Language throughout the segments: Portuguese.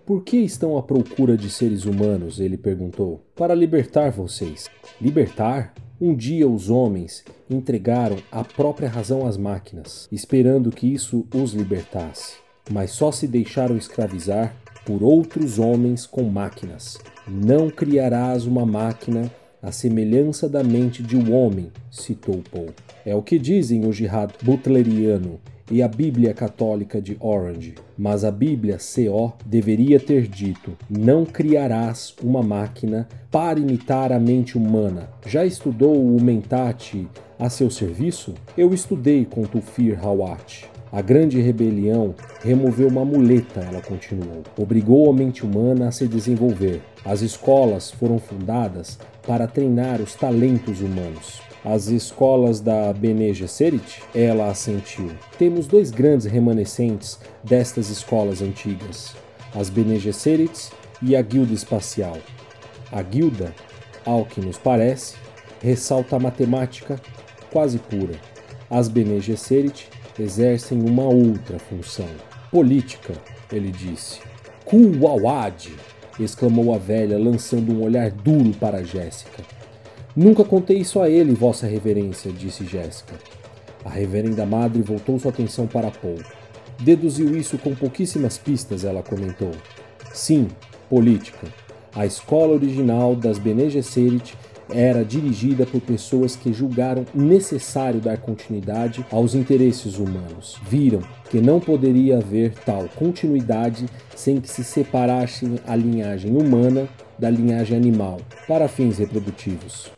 Por que estão à procura de seres humanos? Ele perguntou. Para libertar vocês. Libertar? Um dia os homens entregaram a própria razão às máquinas, esperando que isso os libertasse. Mas só se deixaram escravizar por outros homens com máquinas. Não criarás uma máquina à semelhança da mente de um homem, citou Poe. É o que dizem o Jihad butleriano e a Bíblia Católica de Orange. Mas a Bíblia CO deveria ter dito: não criarás uma máquina para imitar a mente humana. Já estudou o Mentat a seu serviço? Eu estudei com Tufir Hawat. A grande rebelião removeu uma muleta, ela continuou. Obrigou a mente humana a se desenvolver. As escolas foram fundadas para treinar os talentos humanos. As escolas da Bene Gesserit? Ela assentiu. Temos dois grandes remanescentes destas escolas antigas. As Bene Gesserit e a Guilda Espacial. A Guilda, ao que nos parece, ressalta a matemática quase pura. As Bene Gesserit exercem uma outra função. Política, ele disse. Kuwawad! Exclamou a velha, lançando um olhar duro para Jéssica. Nunca contei isso a ele, vossa reverência, disse Jéssica. A reverenda madre voltou sua atenção para Poe. Deduziu isso com pouquíssimas pistas, ela comentou. Sim, política. A escola original das Bene Gesserit era dirigida por pessoas que julgaram necessário dar continuidade aos interesses humanos. Viram que não poderia haver tal continuidade sem que se separassem a linhagem humana da linhagem animal, para fins reprodutivos.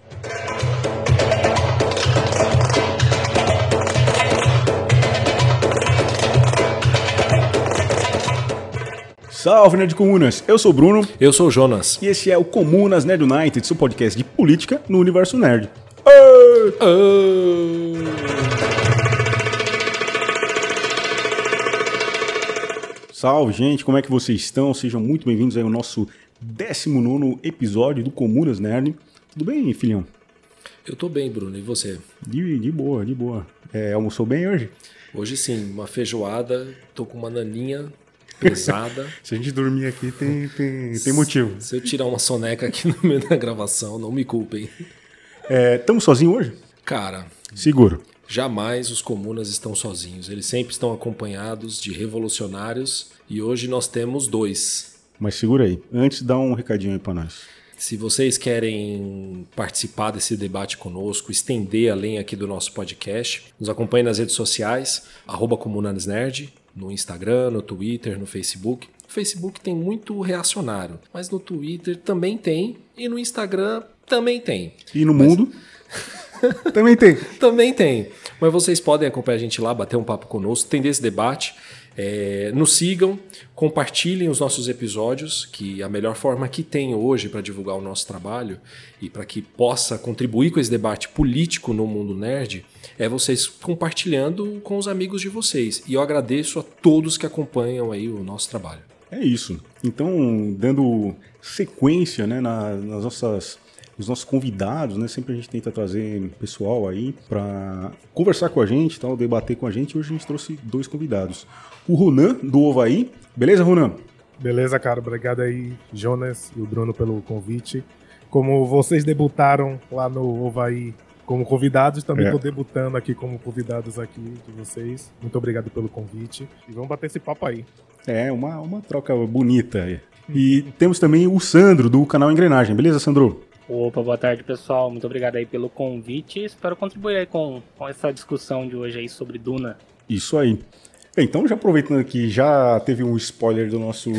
Salve, Nerd Comunas! Eu sou o Bruno. Eu sou o Jonas. E esse é o Comunas Nerd United, seu podcast de política no universo nerd. Salve, gente! Como é que vocês estão? Sejam muito bem-vindos aí ao nosso 19º episódio do Comunas Nerd. Tudo bem, filhão? Eu tô bem, Bruno. E você? De boa, de boa. Almoçou bem hoje? Hoje sim, uma feijoada. Tô com uma naninha pesada. Se a gente dormir aqui, tem motivo. Se eu tirar uma soneca aqui no meio da gravação, não me culpem. Estamos sozinhos hoje? Cara, seguro. Jamais os comunas estão sozinhos. Eles sempre estão acompanhados de revolucionários e hoje nós temos 2. Mas segura aí. Antes, dá um recadinho aí pra nós. Se vocês querem participar desse debate conosco, estender além aqui do nosso podcast, nos acompanhe nas redes sociais, @comunasnerd, no Instagram, no Twitter, no Facebook. No Facebook tem muito reacionário, mas no Twitter também tem e no Instagram também tem. E no mundo? Também tem. Também tem. Mas vocês podem acompanhar a gente lá, bater um papo conosco, entender esse debate. Nos sigam, compartilhem os nossos episódios, que a melhor forma que tem hoje para divulgar o nosso trabalho e para que possa contribuir com esse debate político no mundo nerd é vocês compartilhando com os amigos de vocês. E eu agradeço a todos que acompanham aí o nosso trabalho. É isso. Então, dando sequência, né, nos nossos convidados, né? Sempre a gente tenta trazer pessoal aí para conversar com a gente, tal, debater com a gente. Hoje a gente trouxe 2 convidados. O Ronan, do Ovaí. Beleza, Ronan? Beleza, cara. Obrigado aí, Jonas e o Bruno, pelo convite. Como vocês debutaram lá no Ovaí como convidados, também estou debutando aqui como convidados aqui de vocês. Muito obrigado pelo convite. E vamos bater esse papo aí. Uma troca bonita. E temos também o Sandro, do canal Engrenagem. Beleza, Sandro? Opa, boa tarde, pessoal. Muito obrigado aí pelo convite. Espero contribuir aí com essa discussão de hoje aí sobre Duna. Isso aí. Então, já aproveitando que já teve um spoiler do nosso...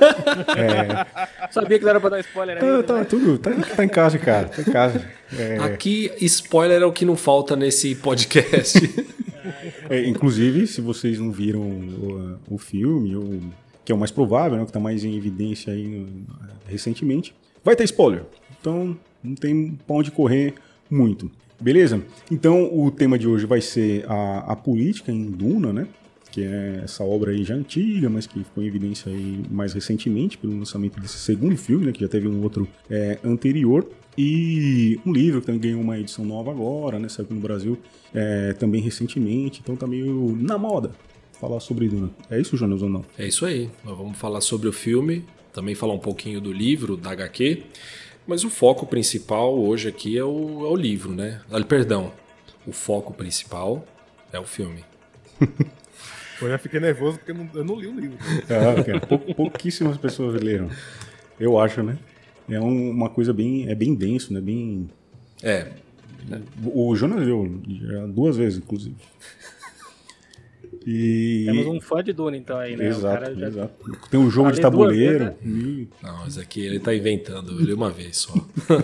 Sabia que não era pra dar spoiler ainda, tá, né? Tudo, tá em casa, cara. Tá em casa. Aqui, spoiler é o que não falta nesse podcast. Inclusive, se vocês não viram o filme, que é o mais provável, né, que tá mais em evidência aí recentemente, vai ter spoiler. Então, não tem pra onde correr muito. Beleza? Então, o tema de hoje vai ser a política em Duna, né? Que é essa obra aí já antiga, mas que ficou em evidência aí mais recentemente pelo lançamento desse segundo filme, né? Que já teve um outro anterior. E um livro que também ganhou uma edição nova agora, né? Saiu aqui no Brasil também recentemente. Então tá meio na moda falar sobre Duna. É isso, Jonas, ou não? É isso aí. Nós vamos falar sobre o filme também falar um pouquinho do livro, da HQ, mas o foco principal hoje aqui é o livro, né? Perdão, o foco principal é o filme. Eu já fiquei nervoso porque eu não li o livro. Pouquíssimas pessoas leram, eu acho, né? É uma coisa bem denso, né? O Jonas leu já 2 vezes, inclusive. Temos um fã de Duna, então, aí, né? Exato, exato. Tem um jogo de tabuleiro. Não, mas aqui ele tá inventando, eu li uma vez só.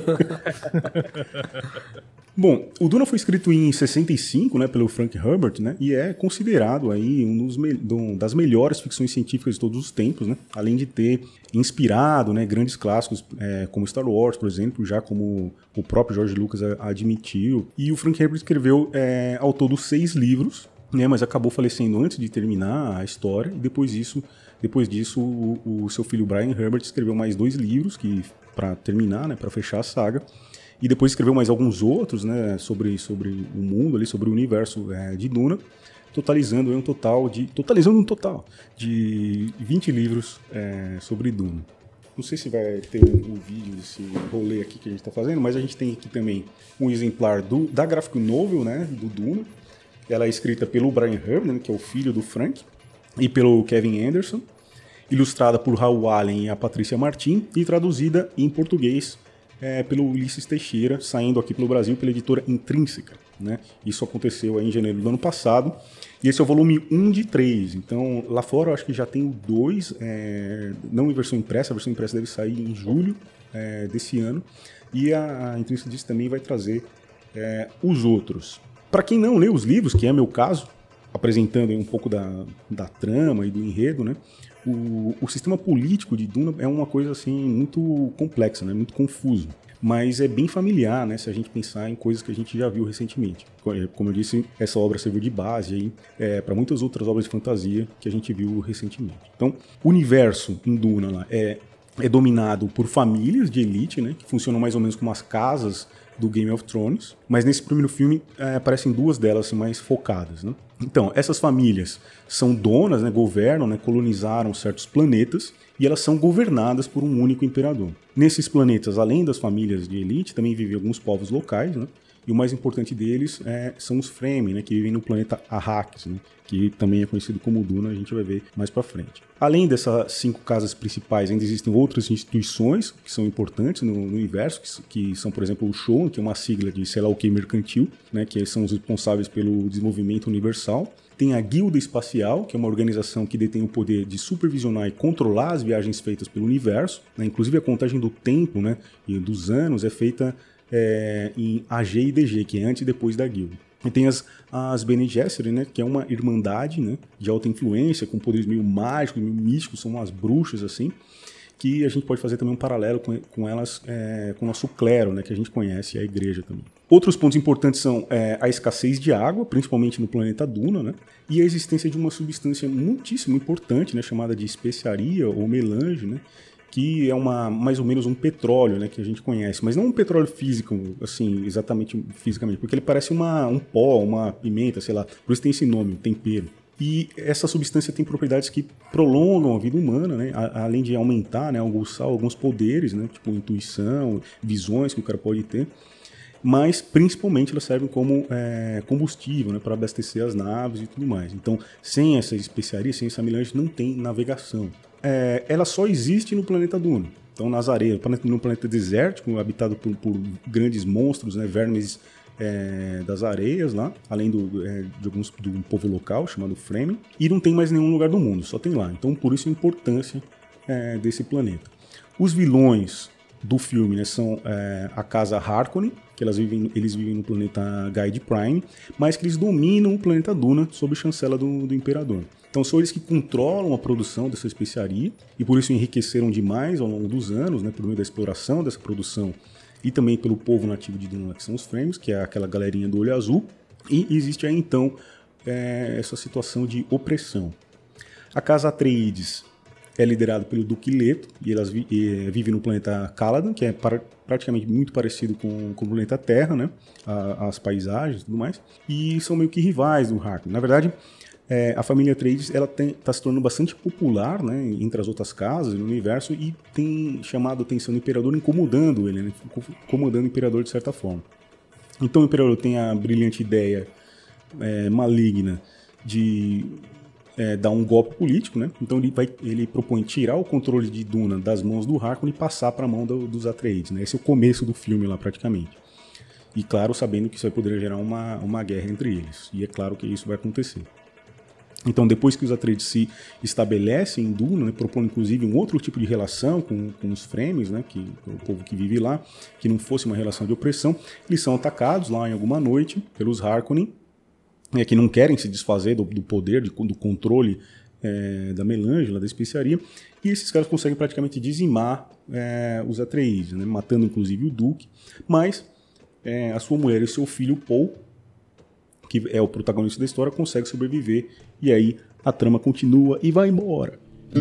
Bom, o Duna foi escrito em 65, né, pelo Frank Herbert, né, e é considerado aí das melhores ficções científicas de todos os tempos, né, além de ter inspirado, né, grandes clássicos como Star Wars, por exemplo, já como o próprio George Lucas admitiu. E o Frank Herbert escreveu ao todo 6 livros, né, mas acabou falecendo antes de terminar a história, e depois disso o seu filho Brian Herbert escreveu mais 2 livros para terminar, né, para fechar a saga. E depois escreveu mais alguns outros, né, sobre o mundo, ali, sobre o universo de Duna, totalizando um total de 20 livros sobre Duna. Não sei se vai ter um vídeo desse rolê aqui que a gente está fazendo, mas a gente tem aqui também um exemplar da graphic novel, né, do Duna. Ela é escrita pelo Brian Herbert, né, que é o filho do Frank, e pelo Kevin Anderson, ilustrada por Raul Allen e a Patrícia Martin, e traduzida em português pelo Ulisses Teixeira, saindo aqui pelo Brasil pela editora Intrínseca, né? Isso aconteceu aí em janeiro do ano passado, e esse é o volume 1 de 3. Então, lá fora eu acho que já tem 2, não em versão impressa, a versão impressa deve sair em julho desse ano, e a Intrínseca disse também vai trazer os outros. Para quem não lê os livros, que é meu caso, apresentando aí um pouco da trama e do enredo, né? O sistema político de Duna é uma coisa assim muito complexa, né? Muito confuso, mas é bem familiar, né? Se a gente pensar em coisas que a gente já viu recentemente. Como eu disse, essa obra serviu de base para muitas outras obras de fantasia que a gente viu recentemente. Então, o universo em Duna lá é dominado por famílias de elite, né? Que funcionam mais ou menos como as casas do Game of Thrones, mas nesse primeiro filme aparecem 2 delas assim, mais focadas, né? Então, essas famílias são donas, né, governam, né, colonizaram certos planetas e elas são governadas por um único imperador. Nesses planetas, além das famílias de elite, também vivem alguns povos locais, né? E o mais importante deles são os Fremen, né, que vivem no planeta Arrakis, né, que também é conhecido como Duna, a gente vai ver mais pra frente. Além dessas 5 casas principais, ainda existem outras instituições que são importantes no universo, que são, por exemplo, o Showan, que é uma sigla de sei lá o que mercantil, né, que são os responsáveis pelo desenvolvimento universal. Tem a Guilda Espacial, que é uma organização que detém o poder de supervisionar e controlar as viagens feitas pelo universo, né, inclusive a contagem do tempo, né, e dos anos é feita em AG e DG, que é antes e depois da guilda. E tem as Bene Gesserit, né, que é uma irmandade, né, de alta influência, com poderes meio mágicos, meio místicos, são umas bruxas assim, que a gente pode fazer também um paralelo com elas, com o nosso clero, né, que a gente conhece, e a igreja também. Outros pontos importantes são a escassez de água, principalmente no planeta Duna, né, e a existência de uma substância muitíssimo importante, né, chamada de especiaria ou melange, né, que é mais ou menos um petróleo, né, que a gente conhece, mas não um petróleo físico, assim, exatamente fisicamente, porque ele parece um pó, uma pimenta, sei lá, por isso tem esse nome, um tempero. E essa substância tem propriedades que prolongam a vida humana, né, além de aumentar, né, alguns poderes, né, tipo intuição, visões que o cara pode ter, mas principalmente elas servem como combustível, né, para abastecer as naves e tudo mais. Então, sem essa especiaria, sem essa melange, não tem navegação. Ela só existe no planeta Duna. Então, nas areias, no planeta desértico, habitado por grandes monstros, né, vermes das areias lá, além de um povo local chamado Fremen, e não tem mais nenhum lugar do mundo, só tem lá. Então, por isso a importância desse planeta. Os vilões do filme, né, são a casa Harkonnen, que eles vivem no planeta Gaid Prime, mas que eles dominam o planeta Duna sob chancela do Imperador. Então são eles que controlam a produção dessa especiaria e por isso enriqueceram demais ao longo dos anos, né, por meio da exploração dessa produção e também pelo povo nativo de Duna, que são os Fremen, que é aquela galerinha do olho azul, e existe aí então essa situação de opressão. A casa Atreides é liderada pelo Duque Leto e elas vivem no planeta Caladan, que é praticamente muito parecido com o planeta Terra, né, as paisagens e tudo mais, e são meio que rivais do Harkonnen. Na verdade, a família Atreides ela tá se tornando bastante popular, né, entre as outras casas no universo, e tem chamado a atenção do Imperador, incomodando ele, né, incomodando o Imperador de certa forma. Então o Imperador tem a brilhante ideia maligna de dar um golpe político, né? Então ele propõe tirar o controle de Duna das mãos do Harkonnen e passar para a mão dos Atreides, né? Esse é o começo do filme lá praticamente. E claro, sabendo que isso vai poder gerar uma guerra entre eles. E é claro que isso vai acontecer. Então, depois que os Atreides se estabelecem em Duna, né, propõem inclusive um outro tipo de relação com os Fremen, né, que o povo que vive lá, que não fosse uma relação de opressão, eles são atacados lá em alguma noite pelos Harkonnen, que não querem se desfazer do poder, do controle da Melângela, da especiaria, e esses caras conseguem praticamente dizimar os Atreides, né, matando inclusive o Duque, mas a sua mulher e seu filho Paul, que é o protagonista da história, consegue sobreviver, e aí a trama continua e vai embora.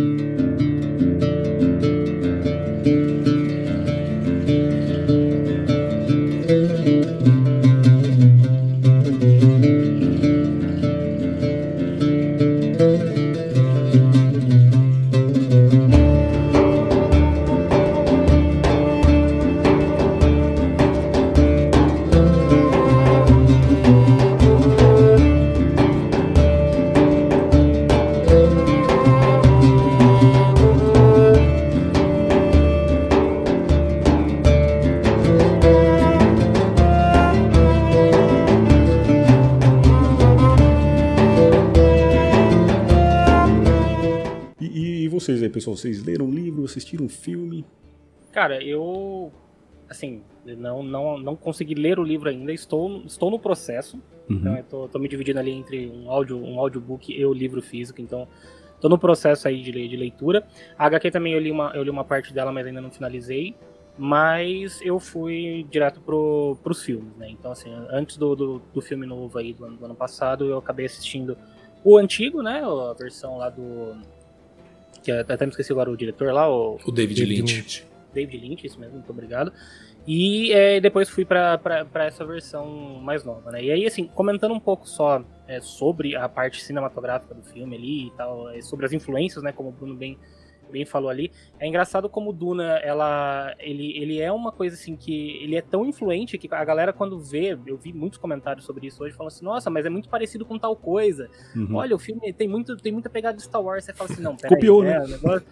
Vocês aí, pessoal, vocês leram o livro, assistiram o filme? Cara, eu assim, não consegui ler o livro ainda, estou no processo. Então eu tô me dividindo ali entre um audiobook e o livro físico, então tô no processo aí de leitura. A HQ também eu li uma parte dela, mas ainda não finalizei. Mas eu fui direto pros filmes, né? Então, assim, antes do filme novo aí do ano passado, eu acabei assistindo o antigo, né? A versão lá do... que até me esqueci agora o diretor lá, o David Lynch. David Lynch, isso mesmo, muito obrigado. E depois fui pra essa versão mais nova, né? E aí, assim, comentando um pouco só sobre a parte cinematográfica do filme ali e tal, sobre as influências, né? Como o Bruno bem falou ali. É engraçado como o Duna, ele é uma coisa assim que ele é tão influente que a galera quando vê, eu vi muits comentários sobre isso hoje, falando assim, nossa, mas é muito parecido com tal coisa. Olha, o filme tem muita pegada de Star Wars. Você fala assim, não, peraí. Copiou, né?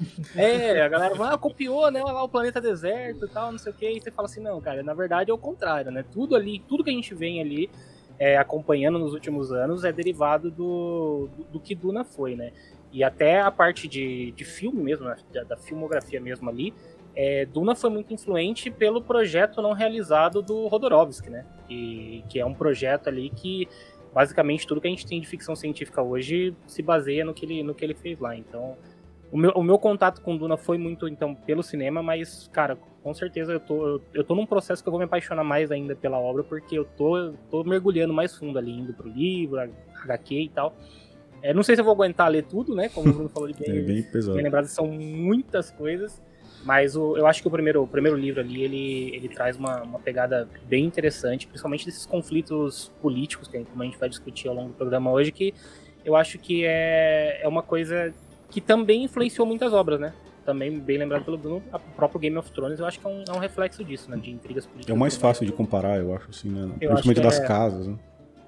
A galera fala, copiou, né? Olha lá o planeta deserto e tal, não sei o que. E você fala assim, não, cara, na verdade é o contrário, né? Tudo que a gente vem ali acompanhando nos últimos anos é derivado do que Duna foi, né? E até a parte de filme mesmo, né, da filmografia mesmo ali, Duna foi muito influente pelo projeto não realizado do Jodorowsky, né? Que é um projeto ali que, basicamente, tudo que a gente tem de ficção científica hoje se baseia no que ele fez lá. Então, o meu contato com Duna foi muito, então, pelo cinema, mas, cara, com certeza eu tô num processo que eu vou me apaixonar mais ainda pela obra, porque eu tô mergulhando mais fundo ali, indo pro livro, HQ e tal. Não sei se eu vou aguentar ler tudo, né? Como o Bruno falou, bem pesado. Bem lembrado, são muitas coisas. Mas eu acho que o primeiro livro ali, ele traz uma pegada bem interessante, principalmente desses conflitos políticos, que como a gente vai discutir ao longo do programa hoje, que eu acho que é uma coisa que também influenciou muitas obras, né? Também, bem lembrado pelo Bruno, o próprio Game of Thrones, eu acho que é um reflexo disso, né? De intrigas políticas. É o mais fácil de comparar, eu acho, assim, né? Principalmente das casas, né?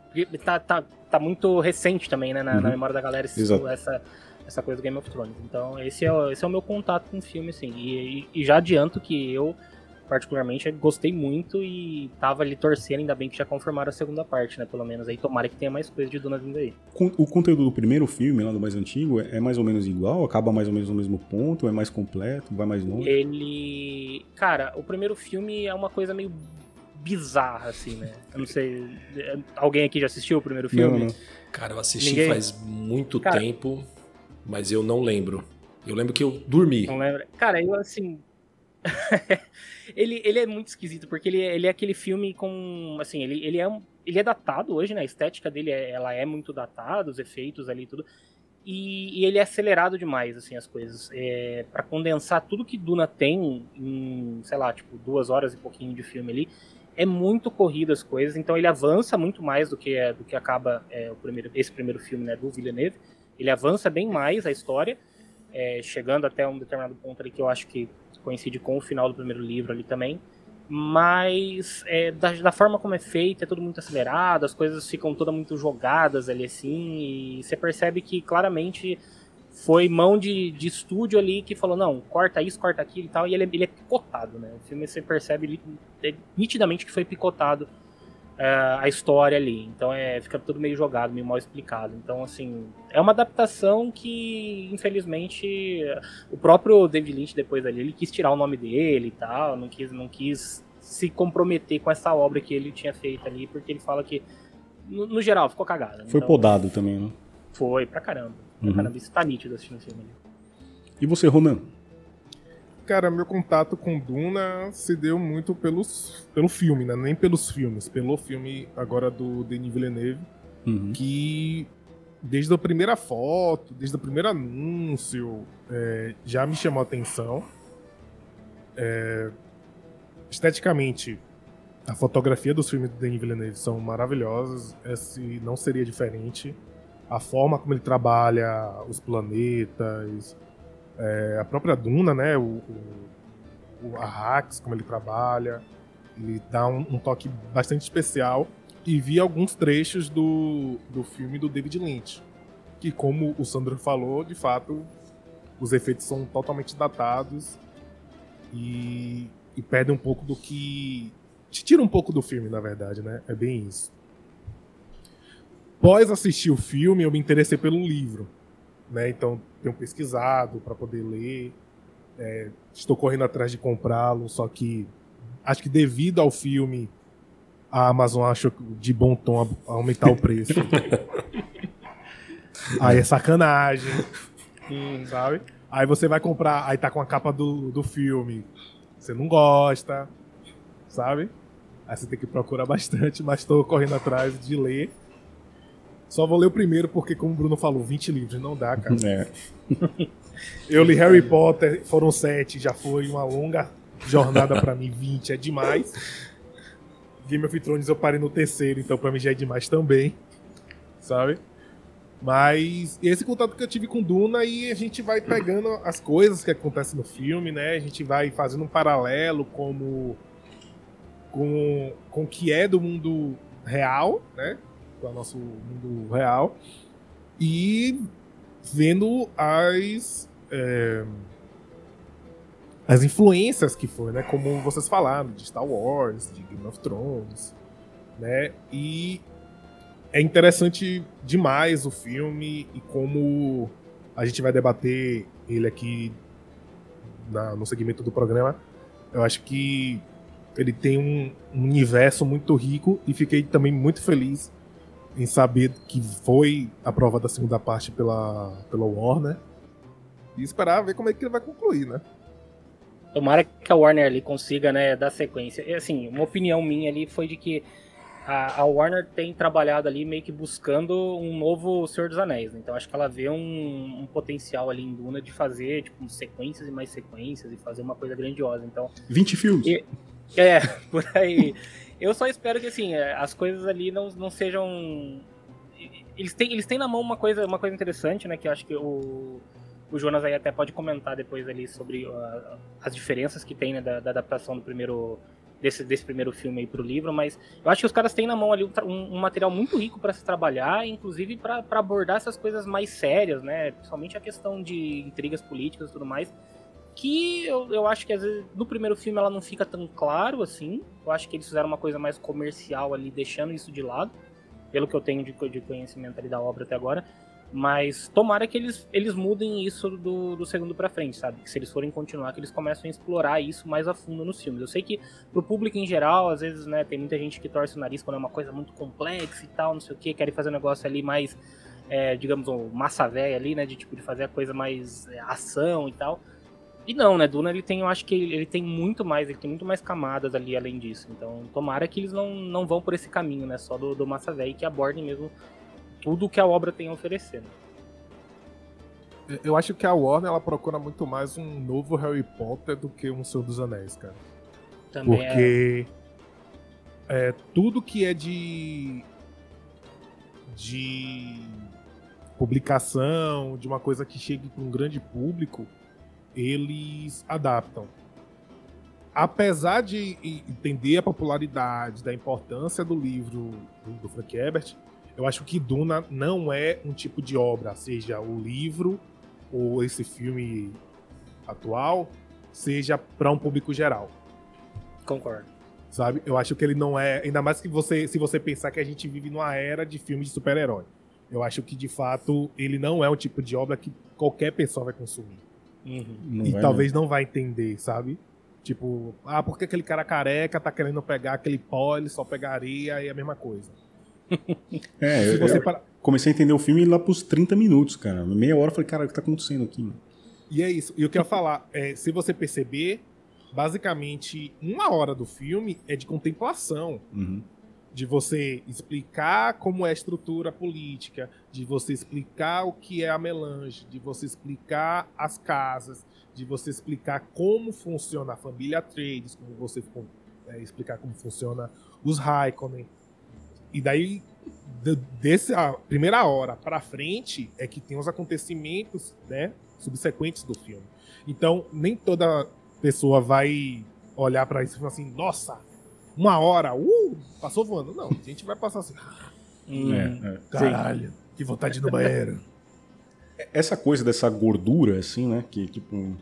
Tá muito recente também, né, na memória da galera essa coisa do Game of Thrones. Então esse é o meu contato com o filme, assim. E já adianto que eu, particularmente, gostei muito e tava ali torcendo, ainda bem que já confirmaram a segunda parte, né, pelo menos aí. Tomara que tenha mais coisa de Duna vindo aí. O conteúdo do primeiro filme, lá do mais antigo, é mais ou menos igual? Acaba mais ou menos no mesmo ponto? É mais completo? Vai mais longe? Cara, o primeiro filme é uma coisa meio bizarra, assim, né? Eu não sei. Alguém aqui já assistiu o primeiro filme? Não. Cara, eu assisti faz muito tempo, mas eu não lembro. Eu lembro que eu dormi. Não lembro. Cara, eu assim. ele é muito esquisito, porque ele é aquele filme com. Assim, ele é datado hoje, né? A estética dele ela é muito datada, os efeitos ali e tudo. E ele é acelerado demais, assim, as coisas. Pra condensar tudo que Duna tem em, sei lá, tipo, 2 horas e pouquinho de filme ali. é muito corrido as coisas, então ele avança muito mais do que acaba esse primeiro filme, né, do Villeneuve. Ele avança bem mais a história, chegando até um determinado ponto ali que eu acho que coincide com o final do primeiro livro ali também. Mas da forma como é feito, é tudo muito acelerado, as coisas ficam todas muito jogadas ali assim, e você percebe que claramente foi mão de estúdio ali que falou, não, corta isso, corta aquilo e tal, e ele é picotado, né? O filme você percebe nitidamente que foi picotado a história ali, então fica tudo meio jogado, meio mal explicado. Então, assim, é uma adaptação que, infelizmente, o próprio David Lynch depois ali, ele quis tirar o nome dele e tal, não quis se comprometer com essa obra que ele tinha feito ali, porque ele fala que, no geral, ficou cagado. Foi então, podado também, né? Foi, pra caramba. Caramba, isso tá nítido assistindo o filme ali. E você, Ronan? Cara, meu contato com Duna se deu muito pelo filme, né? Nem pelos filmes. Pelo filme agora do Denis Villeneuve, que desde a primeira foto, desde o primeiro anúncio, já me chamou a atenção. Esteticamente, a fotografia dos filmes do Denis Villeneuve são maravilhosas. Esse não seria diferente. A forma como ele trabalha os planetas, a própria Duna, né? O Arrakis, como ele trabalha, ele dá um toque bastante especial. E vi alguns trechos do filme do David Lynch, que, como o Sandro falou, de fato, os efeitos são totalmente datados e perdem um pouco do que... te tira um pouco do filme, na verdade, né? É bem isso. Após assistir o filme, eu me interessei pelo livro, né? Então, tenho pesquisado para poder ler. Estou correndo atrás de comprá-lo, só que acho que devido ao filme, a Amazon achou de bom tom aumentar o preço. Aí é sacanagem, sabe? Aí você vai comprar, aí tá com a capa do filme, você não gosta, sabe? Aí você tem que procurar bastante, mas estou correndo atrás de ler. Só vou ler o primeiro porque, como o Bruno falou, 20 livros, não dá, cara. Eu li Harry Potter, foram 7, já foi uma longa jornada pra mim, 20 é demais. Game of Thrones eu parei no 3º, então pra mim já é demais também, sabe? Mas esse contato que eu tive com Duna, e a gente vai pegando as coisas que acontecem no filme, né? A gente vai fazendo um paralelo com o que é do mundo real, né? Com o nosso mundo real, e vendo as influências que foi, né? Como vocês falaram, de Star Wars, de Game of Thrones, né? E é interessante demais o filme, e como a gente vai debater ele aqui no segmento do programa, eu acho que ele tem um universo muito rico, e fiquei também muito feliz em saber que foi aprovada a segunda parte pela Warner, e esperar ver como é que ele vai concluir, né? Tomara que a Warner ali consiga, né, dar sequência. E, assim, uma opinião minha ali foi de que a Warner tem trabalhado ali meio que buscando um novo Senhor dos Anéis, né? Então acho que ela vê um potencial ali em Duna de fazer, tipo, sequências e mais sequências, e fazer uma coisa grandiosa. Então, 20 filmes. Por aí. Eu só espero que, assim, as coisas ali não sejam... Eles têm na mão uma coisa interessante, né? Que eu acho que o Jonas aí até pode comentar depois ali sobre as diferenças que tem, né, da adaptação desse primeiro filme aí pro livro, mas eu acho que os caras têm na mão ali um material muito rico para se trabalhar, inclusive para abordar essas coisas mais sérias, né? Principalmente a questão de intrigas políticas e tudo mais, que eu acho que às vezes no primeiro filme ela não fica tão claro assim. Eu acho que eles fizeram uma coisa mais comercial ali, deixando isso de lado, pelo que eu tenho de conhecimento ali da obra até agora. Mas tomara que eles mudem isso do segundo pra frente, sabe? Que se eles forem continuar, que eles comecem a explorar isso mais a fundo nos filmes. Eu sei que pro público em geral, às vezes, né, tem muita gente que torce o nariz quando é uma coisa muito complexa e tal, não sei o que, querem fazer um negócio ali mais, digamos, massa velha ali, né, de fazer a coisa mais ação e tal. E não, né, Duna, eu acho que ele tem muito mais camadas ali além disso. Então, tomara que eles não vão por esse caminho, né, só do massa velha, e que abordem mesmo tudo que a obra tem a oferecer. Eu acho que a Warner, ela procura muito mais um novo Harry Potter do que um Senhor dos Anéis, cara. Também porque tudo que é de publicação, de uma coisa que chegue para um grande público, eles adaptam. Apesar de entender a popularidade, da importância do livro do Frank Herbert, eu acho que Duna não é um tipo de obra, seja o livro ou esse filme atual, seja para um público geral. Concordo. Sabe? Eu acho que ele não é... Ainda mais que se você pensar que a gente vive numa era de filmes de super-herói. Eu acho que, de fato, ele não é um tipo de obra que qualquer pessoa vai consumir. Uhum. E talvez não vai entender, sabe? Tipo, porque aquele cara careca tá querendo pegar aquele pó, ele só pega areia e é a mesma coisa. Comecei a entender o filme lá pros 30 minutos, cara. Meia hora eu falei, cara, o que tá acontecendo aqui, mano? E é isso. E o que eu ia falar, se você perceber, basicamente, 1 hora do filme é de contemplação. Uhum. De você explicar como é a estrutura política, de você explicar o que é a melange, de você explicar as casas, de você explicar como funciona a família Atreides, como você explicar como funciona os Raikkonen. E daí, dessa primeira hora pra frente, é que tem os acontecimentos, né, subsequentes do filme. Então, nem toda pessoa vai olhar pra isso e falar assim, nossa, 1 hora, passou voando. Não, a gente vai passar assim, caralho, que vontade no banheiro. Essa coisa dessa gordura, assim, né, que tipo,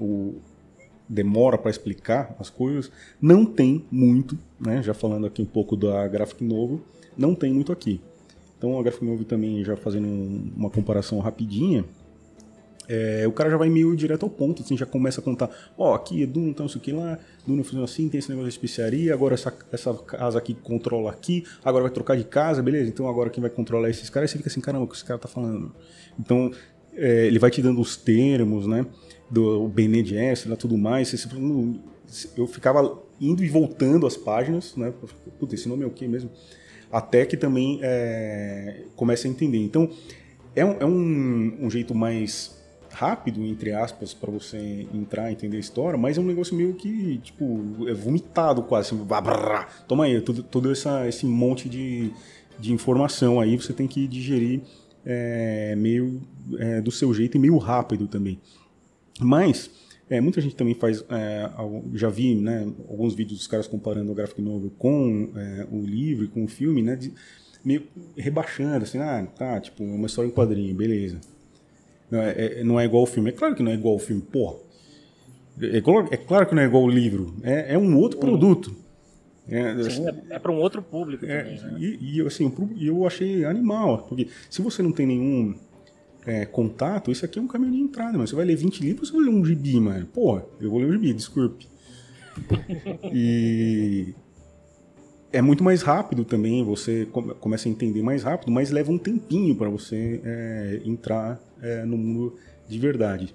demora pra explicar as coisas, não tem muito, né, já falando aqui um pouco da Graphic Novel, não tem muito aqui. Então a Graphic Novel também, já fazendo uma comparação rapidinha, o cara já vai meio direto ao ponto, assim, já começa a contar, aqui é Duna, então isso aqui lá, Duna funciona assim, tem esse negócio de especiaria, agora essa casa aqui controla aqui, agora vai trocar de casa, beleza, então agora quem vai controlar esses caras, você fica assim, caramba, o que esse cara tá falando? Então, ele vai te dando os termos, né, do Bene Gesserit e tudo mais, eu ficava indo e voltando as páginas, né, puta, esse nome é o quê mesmo? Até que também comece a entender. Então, é um jeito mais rápido, entre aspas, para você entrar e entender a história, mas é um negócio meio que, tipo, é vomitado quase, assim, toma aí, todo esse monte de informação aí, você tem que digerir meio do seu jeito e meio rápido também. Mas, muita gente também faz, já vi, né, alguns vídeos dos caras comparando o graphic novel com o livro e com o filme, né, meio rebaixando, assim, tá, tipo, uma história em quadrinho, beleza. Não é igual ao filme. É claro que não é igual ao filme, porra. É claro que não é igual ao livro. É um outro produto. Sim, é para um outro público também, né? E assim, eu achei animal, porque se você não tem nenhum contato, isso aqui é um caminho de entrada, mano. Você vai ler 20 livros, você vai ler um gibi, mano. Porra, eu vou ler um gibi, desculpe. E é muito mais rápido também, você começa a entender mais rápido, mas leva um tempinho para você entrar no mundo de verdade.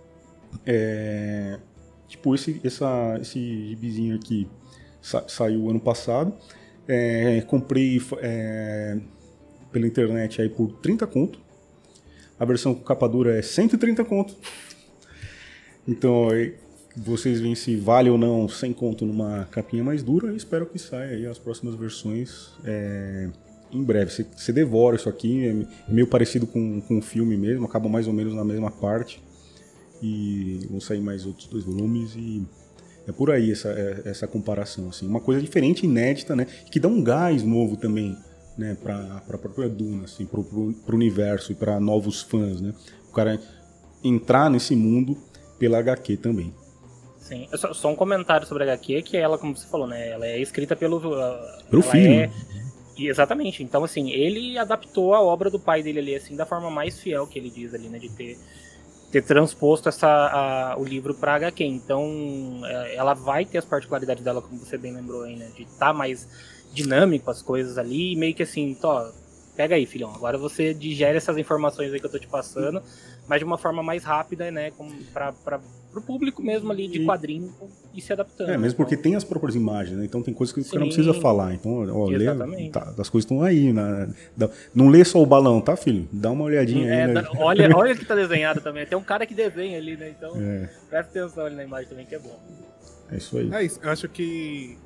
Tipo, esse gibizinho aqui saiu ano passado. Comprei pela internet aí por 30 conto. A versão com capa dura é 130 conto. Então, vocês veem se vale ou não 100 conto numa capinha mais dura. Eu espero que saia aí as próximas versões em breve. Você devora isso aqui, é meio parecido com o filme mesmo, acaba mais ou menos na mesma parte. E vão sair mais outros 2 volumes e é por aí essa comparação. Assim. Uma coisa diferente, inédita, né? Que dá um gás novo também, né? Pra própria Duna, assim, pro universo e para novos fãs, né? O cara entrar nesse mundo pela HQ também. Sim, só um comentário sobre a HQ, que ela, como você falou, né? Ela é escrita pelo filho. Exatamente. Então, assim, ele adaptou a obra do pai dele ali, assim, da forma mais fiel que ele diz ali, né? De ter transposto o livro pra HQ. Então, ela vai ter as particularidades dela, como você bem lembrou aí, né? De estar mais dinâmico as coisas ali, e meio que assim, pega aí, filhão, agora você digere essas informações aí que eu tô te passando, mas de uma forma mais rápida, né? Pro público mesmo ali de quadrinho e se adaptando. Mesmo porque tem as próprias imagens, né? Então tem coisas que você não precisa falar. Então, as coisas estão aí. Não lê só o balão, tá, filho? Dá uma olhadinha aí. Né? Olha o que tá desenhado também. Tem um cara que desenha ali, né? Então, presta atenção ali na imagem também, que é bom. É isso aí. É isso. Eu acho que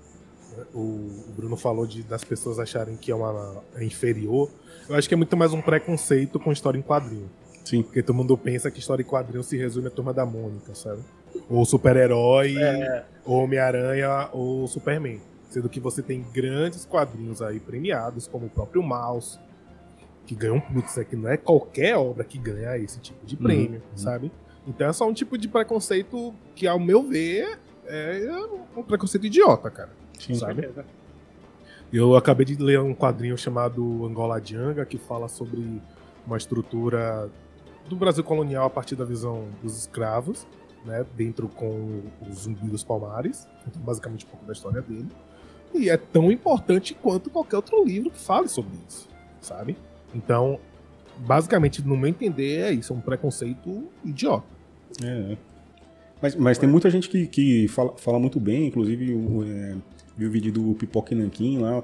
o Bruno falou das pessoas acharem que é inferior. Eu acho que é muito mais um preconceito com história em quadrinho. Sim. Porque todo mundo pensa que história em quadrinho se resume à Turma da Mônica, sabe? Ou super-herói, ou Homem-Aranha, ou Superman. Sendo que você tem grandes quadrinhos aí premiados, como o próprio Mouse, que ganhou um putz, que não é qualquer obra que ganha esse tipo de prêmio, sabe? Então é só um tipo de preconceito que, ao meu ver, é um preconceito idiota, cara. Sim, sabe? Eu acabei de ler um quadrinho chamado Angola Janga, que fala sobre uma estrutura do Brasil colonial a partir da visão dos escravos, né, dentro com o Zumbi dos Palmares, então, basicamente um pouco da história dele. E é tão importante quanto qualquer outro livro que fale sobre isso, sabe? Então, basicamente, no meu entender, é isso, é um preconceito idiota. Mas tem muita gente que fala muito bem, inclusive vi o vídeo do Pipoca e Nanquim lá,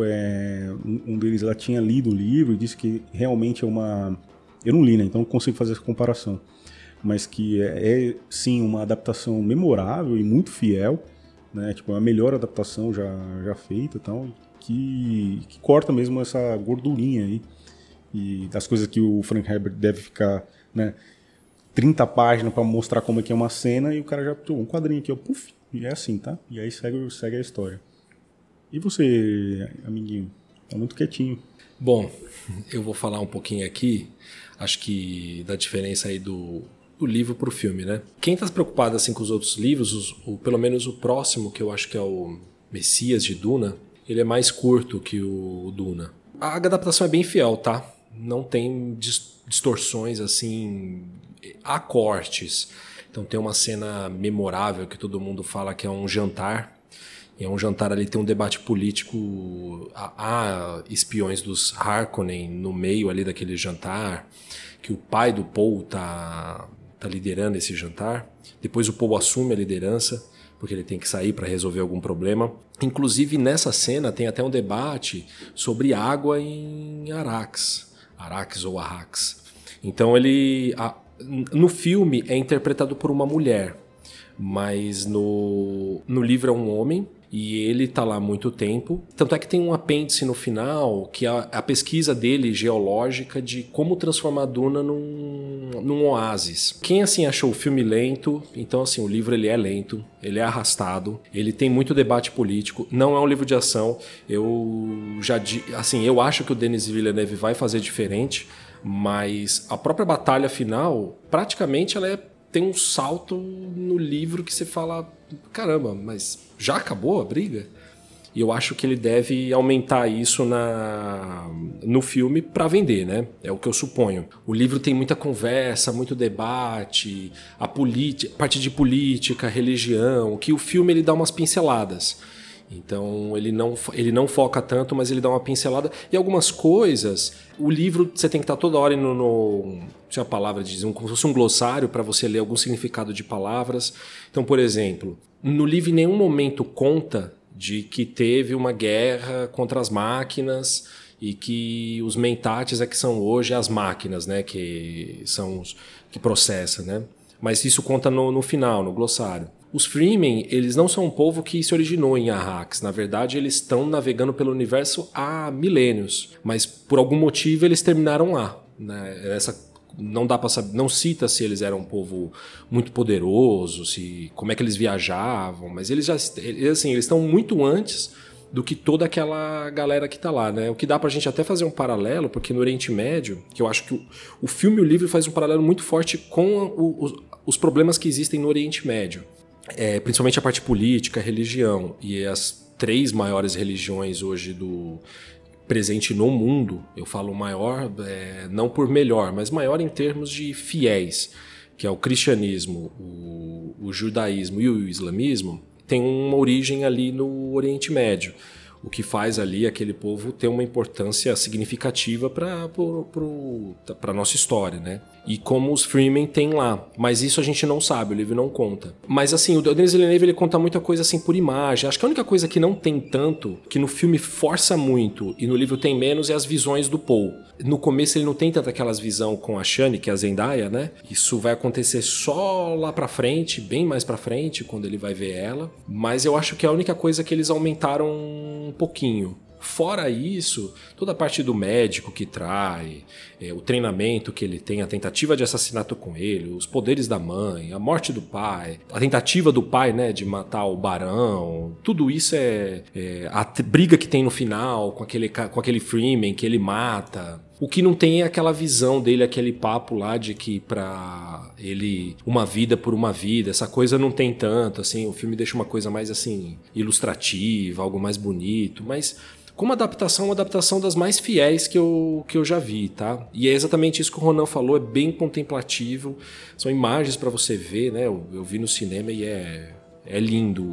um deles lá tinha lido o livro e disse que realmente é uma... Eu não li, né? Então não consigo fazer essa comparação. Mas que é sim uma adaptação memorável e muito fiel, né? Tipo, a melhor adaptação já feita e tal, que corta mesmo essa gordurinha aí. E das coisas que o Frank Herbert deve ficar, né, 30 páginas pra mostrar como é que é uma cena, e o cara já pô, um quadrinho aqui, ó, puf, e é assim, tá? E aí segue a história. E você, amiguinho? Tá muito quietinho. Bom, eu vou falar um pouquinho aqui, acho que da diferença aí do livro pro filme, né? Quem tá preocupado assim com os outros livros, pelo menos o próximo, que eu acho que é o Messias de Duna, ele é mais curto que o Duna. A adaptação é bem fiel, tá? Não tem distorções assim, há cortes. Então tem uma cena memorável que todo mundo fala que é um jantar. E é um jantar ali, tem um debate político. Há espiões dos Harkonnen no meio ali daquele jantar, que o pai do Paul tá liderando esse jantar. Depois o Paul assume a liderança, porque ele tem que sair para resolver algum problema. Inclusive, nessa cena, tem até um debate sobre água em Arrakis. Arrakis ou Arrakis. Então, no filme é interpretado por uma mulher, mas no livro é um homem. E ele está lá há muito tempo. Tanto é que tem um apêndice no final, que é a pesquisa dele, geológica, de como transformar a Duna num oásis. Quem, assim, achou o filme lento, então, assim, o livro ele é lento, ele é arrastado, ele tem muito debate político, não é um livro de ação. Eu acho que o Denis Villeneuve vai fazer diferente, mas a própria batalha final, praticamente, ela tem um salto no livro que você fala, caramba, mas já acabou a briga? E eu acho que ele deve aumentar isso no filme para vender, né? É o que eu suponho. O livro tem muita conversa, muito debate, parte de política, religião, que o filme ele dá umas pinceladas. Então ele não foca tanto, mas ele dá uma pincelada. E algumas coisas, o livro você tem que estar toda hora tinha a palavra de dizer, como se fosse um glossário para você ler algum significado de palavras. Então, por exemplo, no livro em nenhum momento conta de que teve uma guerra contra as máquinas e que os mentats é que são hoje as máquinas, né, que são os que processam, né? Mas isso conta no final, no glossário. Os Fremen, eles não são um povo que se originou em Arrakis. Na verdade, eles estão navegando pelo universo há milênios. Mas, por algum motivo, eles terminaram lá. Né? Não dá para saber, não cita se eles eram um povo muito poderoso, como é que eles viajavam. Mas eles estão muito antes do que toda aquela galera que está lá. Né? O que dá para a gente até fazer um paralelo, porque no Oriente Médio, que eu acho que o filme e o livro faz um paralelo muito forte com os problemas que existem no Oriente Médio. Principalmente a parte política, religião, e as 3 maiores religiões hoje presente no mundo, eu falo maior, não por melhor, mas maior em termos de fiéis, que é o cristianismo, o judaísmo e o islamismo, tem uma origem ali no Oriente Médio, o que faz ali aquele povo ter uma importância significativa para a nossa história, né? e como os Fremen têm lá. Mas isso a gente não sabe, o livro não conta. Mas assim, o Denis Villeneuve ele conta muita coisa assim por imagem. Acho que a única coisa que não tem tanto, que no filme força muito e no livro tem menos, é as visões do Paul. No começo ele não tem tanto aquelas visões com a Shani, que é a Zendaya, né? Isso vai acontecer só lá pra frente, bem mais pra frente, quando ele vai ver ela. Mas eu acho que é a única coisa que eles aumentaram um pouquinho. Fora isso, toda a parte do médico que trai, o treinamento que ele tem, a tentativa de assassinato com ele, os poderes da mãe, a morte do pai, a tentativa do pai, né, de matar o barão, tudo isso a briga que tem no final com aquele Freeman que ele mata. O que não tem é aquela visão dele, aquele papo lá de que pra ele uma vida por uma vida, essa coisa não tem tanto, assim, o filme deixa uma coisa mais assim ilustrativa, algo mais bonito, mas como adaptação, uma adaptação das mais fiéis que eu já vi, tá? E é exatamente isso que o Ronan falou, é bem contemplativo, são imagens para você ver, né? Eu vi no cinema e é lindo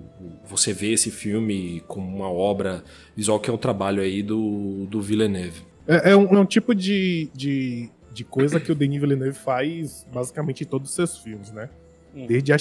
você ver esse filme como uma obra visual, que é um trabalho aí do Villeneuve. É um tipo de coisa que o Denis Villeneuve faz basicamente em todos os seus filmes, né? Desde A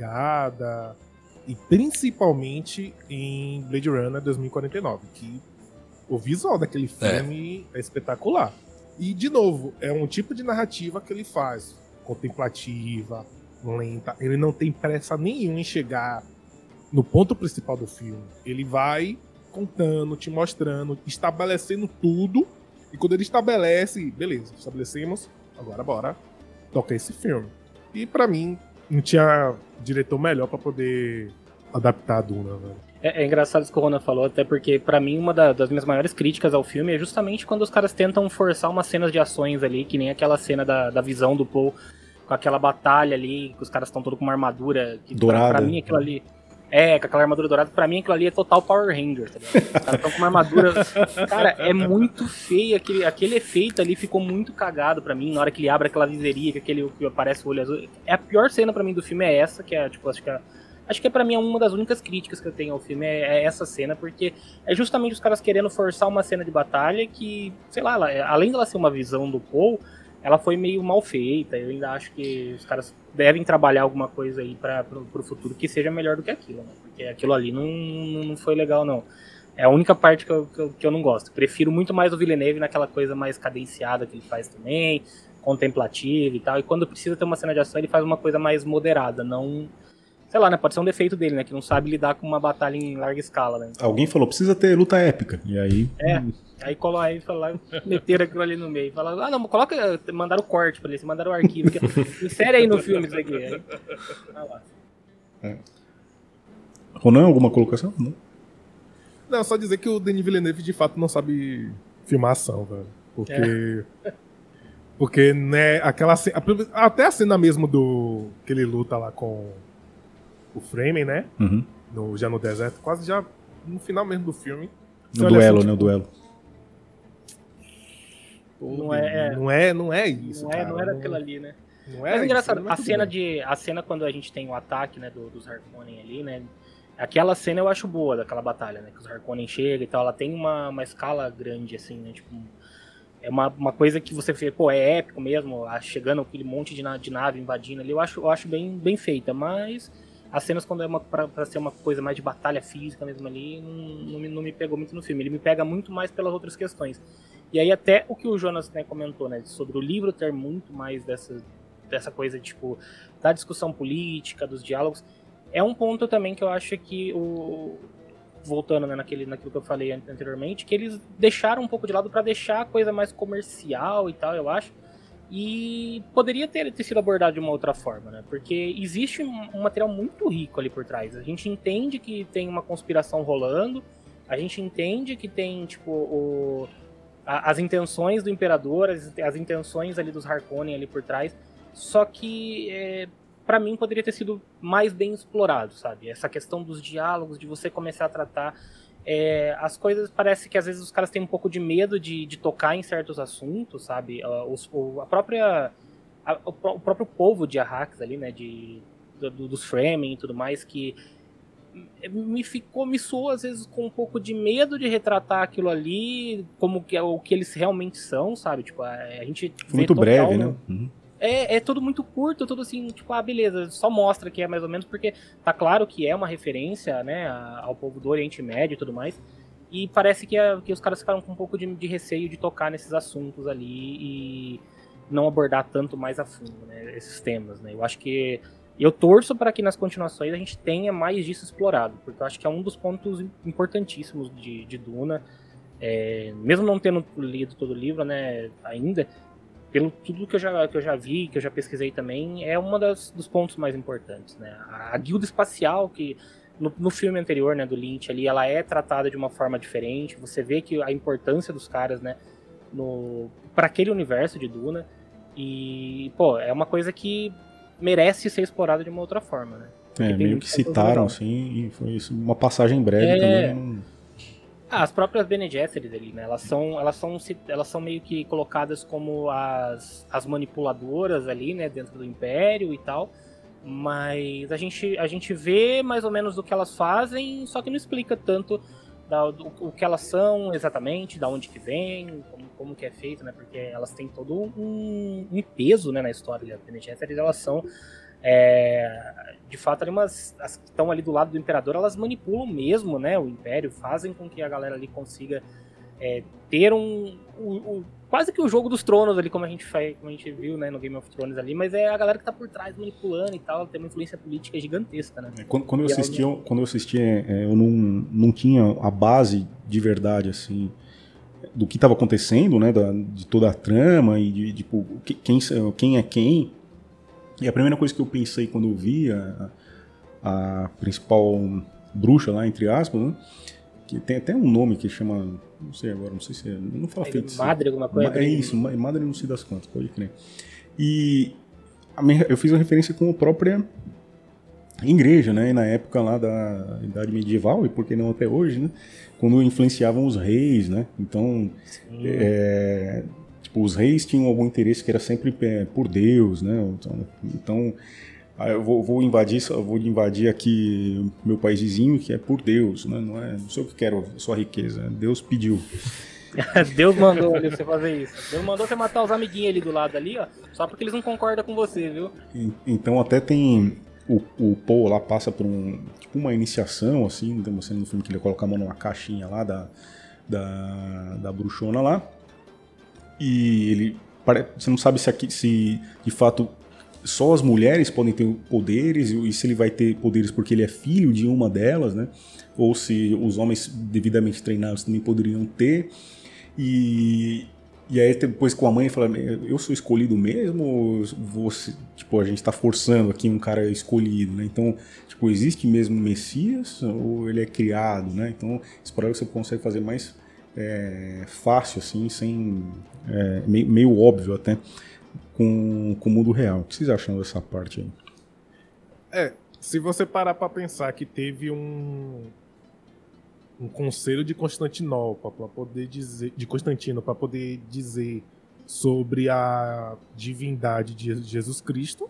Chegada e principalmente em Blade Runner 2049, que o visual daquele filme é espetacular. E, de novo, é um tipo de narrativa que ele faz, contemplativa, lenta. Ele não tem pressa nenhuma em chegar no ponto principal do filme. Ele vai contando, te mostrando, estabelecendo tudo. E quando ele estabelece, beleza, estabelecemos, agora bora tocar esse filme. E pra mim, não tinha diretor melhor pra poder adaptar a Duna, velho. É engraçado isso que o Ronan falou, até porque pra mim uma das minhas maiores críticas ao filme é justamente quando os caras tentam forçar umas cenas de ações ali, que nem aquela cena da visão do Paul com aquela batalha ali, que os caras estão todos com uma armadura que dourada. Pra mim aquilo ali... com aquela armadura dourada, pra mim aquilo ali é total Power Ranger, tá ligado? Os caras estão com uma armadura... Cara, é muito feio, aquele efeito ali ficou muito cagado pra mim, na hora que ele abre aquela viseria, que aparece o olho azul. A pior cena pra mim do filme é essa, que é, tipo, acho que pra mim é uma das únicas críticas que eu tenho ao filme, é essa cena, porque é justamente os caras querendo forçar uma cena de batalha que, sei lá, além dela ser uma visão do Paul, ela foi meio mal feita. Eu ainda acho que os caras devem trabalhar alguma coisa aí pro futuro que seja melhor do que aquilo, né? Porque aquilo ali não foi legal, não. É a única parte que eu não gosto. Prefiro muito mais o Villeneuve naquela coisa mais cadenciada que ele faz também, contemplativa e tal. E quando precisa ter uma cena de ação, ele faz uma coisa mais moderada, não... Sei lá, né? Pode ser um defeito dele, né? Que não sabe lidar com uma batalha em larga escala, né? Alguém falou, precisa ter luta épica. E aí... Aí foi lá e meteram aquilo ali no meio. Falaram, não, mandaram o corte pra ele, mandaram o arquivo. Insere aí no filme isso aqui. Aí, lá. Ronan, alguma colocação? Não, só dizer que o Denis Villeneuve de fato não sabe filmar ação, velho. Porque, né, aquela cena, até a cena mesmo que ele luta lá com o Fremen, né? Uhum. Já no deserto, quase já no final mesmo do filme. No duelo, assim, né? O duelo. Não é isso, cara. Não era aquilo ali, né? Não é engraçado, a cena quando a gente tem o ataque, né, dos Harkonnen ali, né? Aquela cena eu acho boa, daquela batalha, né? Que os Harkonnen chegam e tal, ela tem uma escala grande, assim, né? Tipo, é uma coisa que você vê, pô, é épico mesmo, chegando aquele monte de nave invadindo ali, eu acho bem feita, mas as cenas quando é pra ser uma coisa mais de batalha física mesmo ali, não me pegou muito no filme, ele me pega muito mais pelas outras questões. E aí até o que o Jonas, né, comentou, né, sobre o livro ter muito mais dessa coisa, tipo, da discussão política, dos diálogos, é um ponto também que eu acho que voltando, né, naquilo que eu falei anteriormente, que eles deixaram um pouco de lado para deixar a coisa mais comercial e tal, eu acho, e poderia ter sido abordado de uma outra forma, né, porque existe um material muito rico ali por trás, a gente entende que tem uma conspiração rolando, a gente entende que tem, tipo, as intenções do Imperador, as intenções ali dos Harkonnen ali por trás, só que pra mim poderia ter sido mais bem explorado, sabe? Essa questão dos diálogos, de você começar a tratar as coisas, parece que às vezes os caras têm um pouco de medo de tocar em certos assuntos, sabe? O próprio povo de Arrakis ali, né? Dos Fremen e tudo mais, que me soou às vezes com um pouco de medo de retratar aquilo ali como o que eles realmente são, sabe? Tipo, a gente foi muito breve, né? É tudo muito curto, tudo assim, tipo, beleza, só mostra que é mais ou menos, porque tá claro que é uma referência, né, ao povo do Oriente Médio e tudo mais, e parece que os caras ficaram com um pouco de receio de tocar nesses assuntos ali e não abordar tanto mais a fundo, né, esses temas, né. Eu acho que eu torço para que nas continuações a gente tenha mais disso explorado, porque eu acho que é um dos pontos importantíssimos de Duna, mesmo não tendo lido todo o livro, né, ainda, pelo tudo que eu já vi, que eu já pesquisei também, é um dos pontos mais importantes, né? A guilda espacial, que no filme anterior, né, do Lynch ali, ela é tratada de uma forma diferente, você vê que a importância dos caras, né, para aquele universo de Duna, e, pô, é uma coisa que merece ser explorada de uma outra forma, né? Meio que citaram, assim, e foi isso, uma passagem breve também. As próprias Bene Gesserit ali, né? Elas são meio que colocadas como as manipuladoras ali, né? Dentro do Império e tal. Mas a gente vê mais ou menos o que elas fazem, só que não explica tanto o que elas são exatamente, da onde que vem, como que é feito, né? Porque elas têm todo um peso, né, na história. As Bene Gesserit, elas são... de fato, as que estão ali do lado do Imperador, elas manipulam mesmo, né, o Império, fazem com que a galera ali consiga ter quase que o jogo dos tronos ali, como a gente viu, né, no Game of Thrones ali, mas é a galera que tá por trás manipulando e tal, tem uma influência política gigantesca, né? Quando eu assistia, eu não tinha a base de verdade, assim, do que estava acontecendo, né, de toda a trama e de tipo, quem é quem. E a primeira coisa que eu pensei quando eu vi a principal bruxa lá, entre aspas, né? Que tem até um nome que chama, não sei agora, não sei se não fala feiticeira. Madre, alguma coisa. É isso, Madre não sei das quantas, pode crer. E eu fiz uma referência com a própria igreja, né? E na época lá da Idade Medieval, e por que não até hoje, né? Quando influenciavam os reis, né? Então, os reis tinham algum interesse que era sempre por Deus, né? Então eu vou invadir aqui meu país vizinho, que é por Deus, né? Não sei o que quero, sua riqueza. Deus pediu. Deus mandou ali você fazer isso. Deus mandou você matar os amiguinhos ali do lado ali, ó, só porque eles não concordam com você, viu? Então até tem o Paul lá passa por uma iniciação, assim, tem uma cena no filme que ele coloca a mão numa caixinha lá da bruxona lá. E você não sabe se de fato só as mulheres podem ter poderes e se ele vai ter poderes porque ele é filho de uma delas, né? Ou se os homens devidamente treinados também poderiam ter. E aí depois com a mãe fala, eu sou escolhido mesmo ou a gente está forçando aqui um cara escolhido, né? Então, existe mesmo Messias ou ele é criado, né? Então, espero que você consegue fazer mais fácil, assim, meio óbvio até, com o mundo real. O que vocês acham dessa parte aí? Se você parar pra pensar que teve um conselho de Constantinopla para poder dizer, de Constantino, para poder dizer sobre a divindade de Jesus Cristo,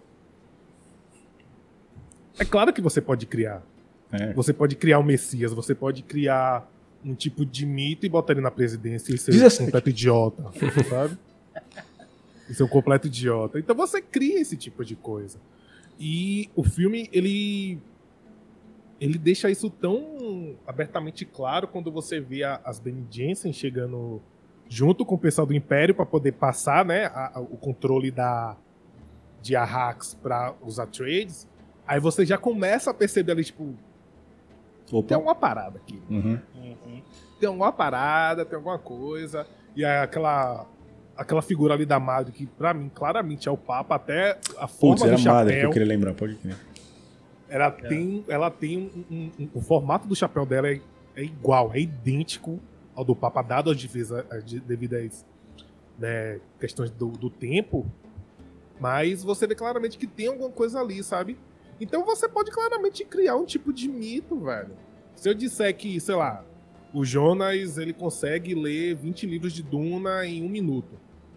é claro que você pode criar. Você pode criar um Messias, você pode criar um tipo de mito e botar ele na presidência e ser um completo idiota, sabe? E ser um completo idiota. Então você cria esse tipo de coisa. E o filme, ele deixa isso tão abertamente claro quando você vê as Bene Gesserit chegando junto com o pessoal do Império para poder passar, né, o controle de Arrax para os Atreides. Aí você já começa a perceber ali, tem uma parada aqui. Uhum. Tem alguma parada, tem alguma coisa. E aí aquela figura ali da Madre, que pra mim claramente é o Papa, até a forma do chapéu. Madre que eu queria lembrar, pode crer. Ela tem o formato do chapéu dela é igual, é idêntico ao do Papa, dado as devidas, né, questões do tempo. Mas você vê claramente que tem alguma coisa ali, sabe? Então você pode claramente criar um tipo de mito, velho. Se eu disser que, sei lá, o Jonas, ele consegue ler 20 livros de Duna em 1 minuto.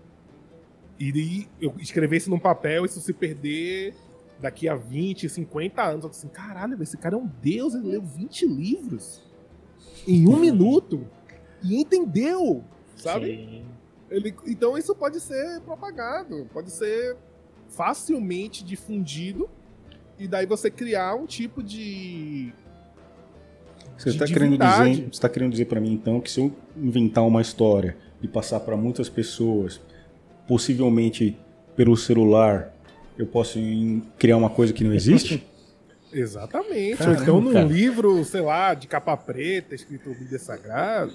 E eu escrevesse num papel, isso se perder daqui a 20, 50 anos. Eu assim, caralho, esse cara é um deus, ele leu 20 livros em 1 minuto e entendeu, sabe? Sim. Então isso pode ser propagado, pode ser facilmente difundido, e daí você criar um tipo de... Você está querendo dizer para mim, então, que se eu inventar uma história e passar para muitas pessoas, possivelmente pelo celular, eu posso criar uma coisa que não existe? Exatamente. Caramba, ou então num cara. livro, sei lá, de capa preta, escrito Bíblia Sagrada.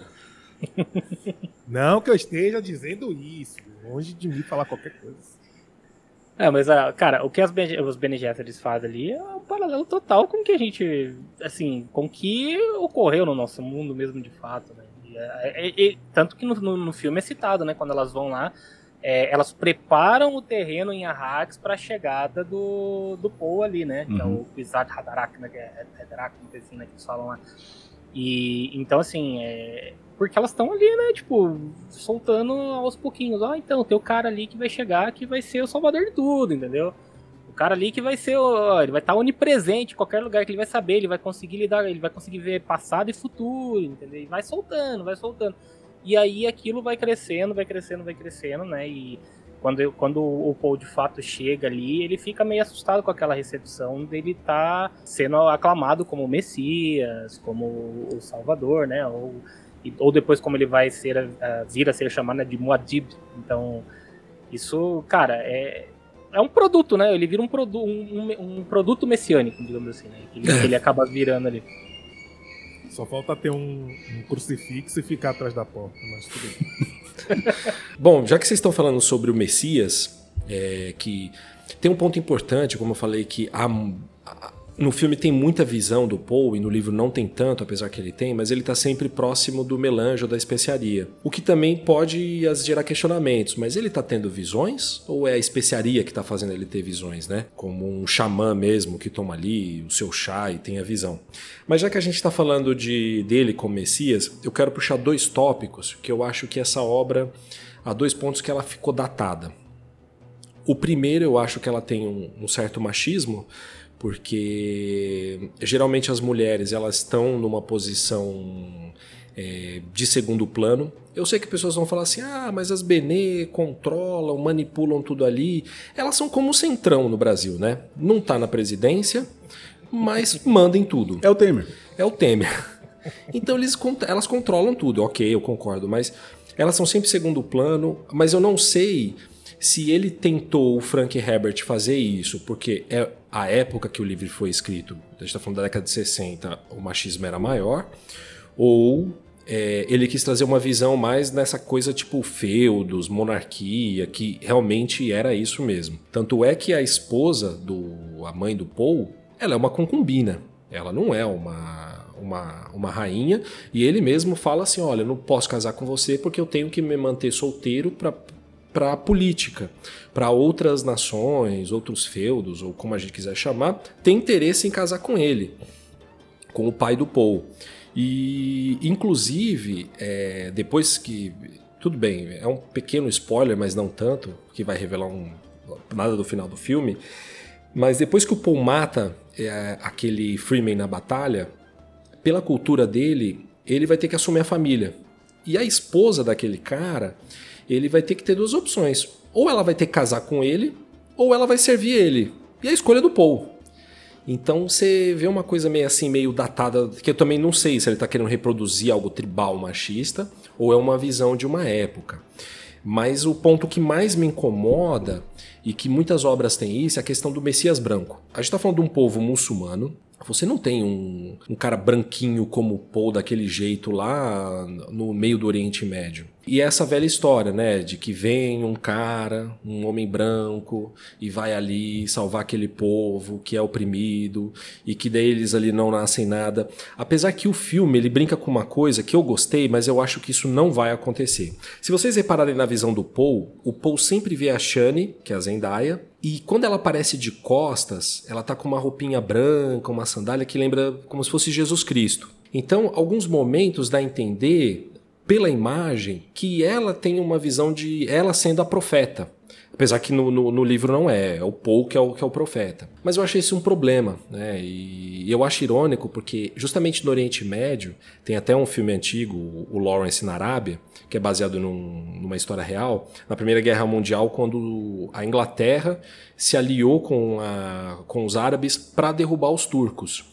Não que eu esteja dizendo isso. Longe de mim falar qualquer coisa. Mas, cara, o que os Bene Gesserit fazem ali é um paralelo total com o que a gente, assim, com o que ocorreu no nosso mundo mesmo, de fato, né? Tanto que no filme é citado, né? Quando elas vão lá, elas preparam o terreno em Arrakis para a chegada do Paul ali, né? Que é o Kwisatz Haderach, né? Que é Haderach, não sei assim, né? Que eles falam lá. E então, assim, porque elas estão ali, né, tipo, soltando aos pouquinhos. Então, tem o cara ali que vai chegar, que vai ser o salvador de tudo, entendeu? O cara ali que vai ser, ele vai estar onipresente em qualquer lugar que ele vai saber, ele vai conseguir lidar, ele vai conseguir ver passado e futuro, entendeu? E vai soltando. E aí aquilo vai crescendo, né? E quando o Paul de fato chega ali, ele fica meio assustado com aquela recepção dele estar sendo aclamado como o Messias, como o Salvador, né? Ou depois como ele vai vir a ser chamado, né, de Muad'Dib. Então, isso, cara, é um produto, né? Ele vira um produto messiânico, digamos assim, né? Que ele acaba virando ali. Só falta ter um crucifixo e ficar atrás da porta, mas tudo bem. Bom, já que vocês estão falando sobre o Messias, que tem um ponto importante, como eu falei, que no filme tem muita visão do Paul e no livro não tem tanto, apesar que ele tem, mas ele está sempre próximo do melange ou da especiaria. O que também pode gerar questionamentos, mas ele está tendo visões ou é a especiaria que está fazendo ele ter visões, né? Como um xamã mesmo que toma ali o seu chá e tem a visão. Mas já que a gente está falando dele como Messias, eu quero puxar 2 tópicos que eu acho que essa obra, há 2 pontos que ela ficou datada. O primeiro, eu acho que ela tem um certo machismo, porque geralmente as mulheres elas estão numa posição de segundo plano. Eu sei que pessoas vão falar assim, mas as Bene controlam, manipulam tudo ali. Elas são como o Centrão no Brasil, né? Não tá na presidência, mas manda em tudo. É o Temer. É o Temer. Então elas controlam tudo, ok, eu concordo, mas elas são sempre segundo plano, mas eu não sei se ele tentou, o Frank Herbert, fazer isso, porque é a época que o livro foi escrito, a gente está falando da década de 60, o machismo era maior, ou ele quis trazer uma visão mais nessa coisa tipo feudos, monarquia, que realmente era isso mesmo. Tanto é que a esposa, a mãe do Paul, ela é uma concubina, ela não é uma rainha, e ele mesmo fala assim, olha, eu não posso casar com você porque eu tenho que me manter solteiro para a política, para outras nações, outros feudos, ou como a gente quiser chamar, tem interesse em casar com ele, com o pai do Paul. E, inclusive, depois que... Tudo bem, é um pequeno spoiler, mas não tanto, que vai revelar nada do final do filme, mas depois que o Paul mata aquele Freeman na batalha, pela cultura dele, ele vai ter que assumir a família. E a esposa daquele cara, ele vai ter que ter 2 opções. Ou ela vai ter que casar com ele, ou ela vai servir ele. E a escolha é do Paul. Então você vê uma coisa meio assim, meio datada, que eu também não sei se ele está querendo reproduzir algo tribal machista, ou é uma visão de uma época. Mas o ponto que mais me incomoda, e que muitas obras têm isso, é a questão do Messias branco. A gente está falando de um povo muçulmano. Você não tem um cara branquinho como o Paul daquele jeito lá no meio do Oriente Médio. E essa velha história, né, de que vem um cara, um homem branco, e vai ali salvar aquele povo que é oprimido, e que deles ali não nascem nada. Apesar que o filme, ele brinca com uma coisa que eu gostei, mas eu acho que isso não vai acontecer. Se vocês repararem na visão do Paul, o Paul sempre vê a Shani, que é a Zendaya, e quando ela aparece de costas, ela tá com uma roupinha branca, uma sandália que lembra como se fosse Jesus Cristo. Então, alguns momentos dá a entender, pela imagem, que ela tem uma visão de ela sendo a profeta. Apesar que no livro não é o Paul que é o profeta. Mas eu achei isso um problema, né? E eu acho irônico porque justamente no Oriente Médio tem até um filme antigo, o Lawrence na Arábia, que é baseado numa história real, na Primeira Guerra Mundial, quando a Inglaterra se aliou com os árabes para derrubar os turcos.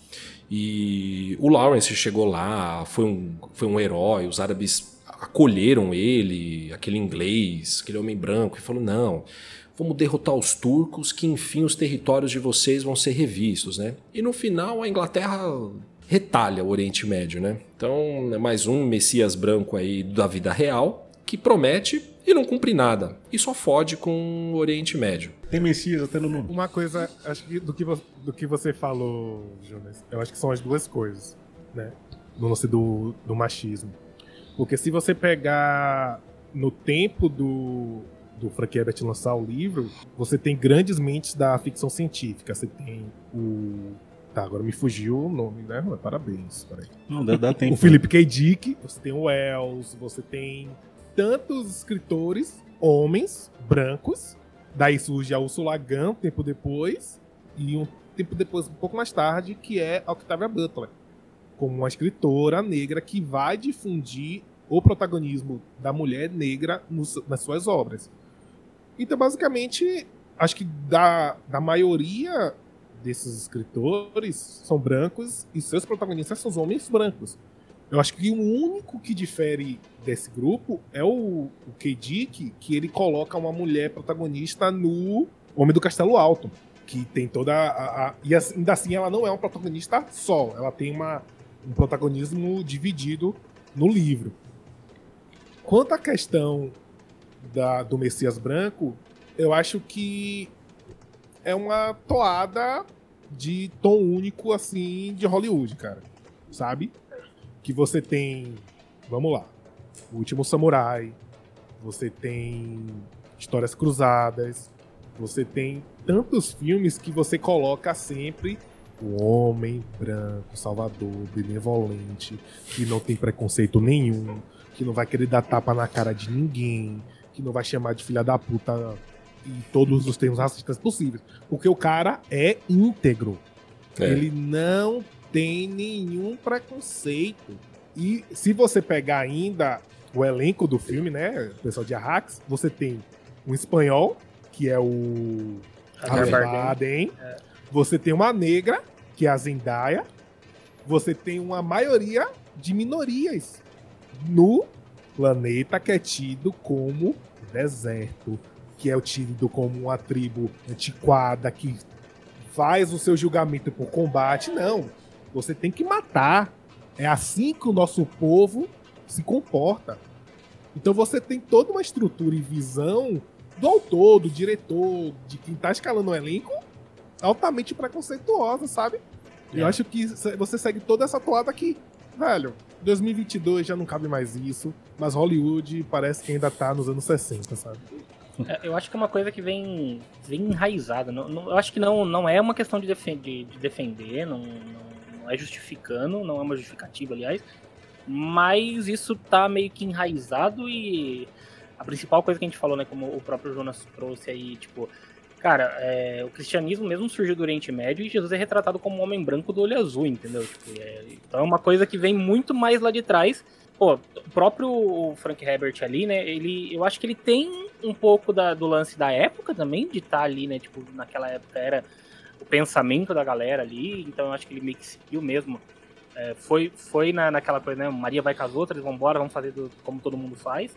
E o Lawrence chegou lá, foi um herói, os árabes acolheram ele, aquele inglês, aquele homem branco, e falou, não, vamos derrotar os turcos que enfim os territórios de vocês vão ser revistos, né? E no final a Inglaterra retalha o Oriente Médio, né? Então é mais um Messias branco aí da vida real que promete e não cumpre nada. E só fode com o Oriente Médio. Tem Messias até no nome. Uma coisa, acho que do que você falou, Jonas, eu acho que são as duas coisas, né? No lance do machismo. Porque se você pegar no tempo do Frank Herbert lançar o livro, você tem grandes mentes da ficção científica. Você tem o... Tá, agora me fugiu o nome, né? Parabéns. Peraí. Não, dá tempo. O Philip K. Dick, você tem o Wells, você tem tantos escritores, homens, brancos. Daí surge a Ursula Le Guin, um tempo depois. E um tempo depois, um pouco mais tarde, que é a Octavia Butler. Como uma escritora negra que vai difundir o protagonismo da mulher negra nas suas obras. Então, basicamente, acho que da maioria desses escritores são brancos e seus protagonistas são os homens brancos. Eu acho que o único que difere desse grupo é o K. Dick, que ele coloca uma mulher protagonista no Homem do Castelo Alto, que tem toda e ainda assim ela não é uma protagonista só, ela tem um protagonismo dividido no livro. Quanto à questão do Messias Branco, eu acho que é uma toada de tom único, assim, de Hollywood, cara. Sabe? Que você tem, vamos lá, O Último Samurai, você tem Histórias Cruzadas, você tem tantos filmes que você coloca sempre o homem branco, salvador, benevolente, que não tem preconceito nenhum, que não vai querer dar tapa na cara de ninguém, que não vai chamar de filha da puta em todos os termos racistas possíveis. Porque o cara é íntegro. Ele não tem nenhum preconceito. E se você pegar ainda o elenco do filme, né, o pessoal de Arrax, você tem um espanhol, que é o Javier Bardem. Você tem uma negra, que é a Zendaya. Você tem uma maioria de minorias no planeta que é tido como deserto, que é tido como uma tribo antiquada, que faz o seu julgamento por combate. Não, você tem que matar. É assim que o nosso povo se comporta. Então você tem toda uma estrutura e visão do autor, do diretor, de quem tá escalando o elenco, altamente preconceituosa, sabe? Eu acho que você segue toda essa toada aqui. Velho, 2022 já não cabe mais isso, mas Hollywood parece que ainda tá nos anos 60, sabe? Eu acho que é uma coisa que vem enraizada. Eu acho que não é uma questão de defender, não é justificando, não é uma justificativa, aliás, mas isso tá meio que enraizado. E a principal coisa que a gente falou, né, como o próprio Jonas trouxe aí, tipo, cara, o cristianismo mesmo surgiu do Oriente Médio e Jesus é retratado como um homem branco do olho azul, entendeu? Tipo, então é uma coisa que vem muito mais lá de trás. Pô, o próprio Frank Herbert ali, né, eu acho que ele tem um pouco do lance da época também, de estar ali, né, tipo, naquela época era o pensamento da galera ali, então eu acho que ele meio que seguiu mesmo. Foi naquela coisa, né, Maria vai com as outras, vambora, vamos fazer como todo mundo faz.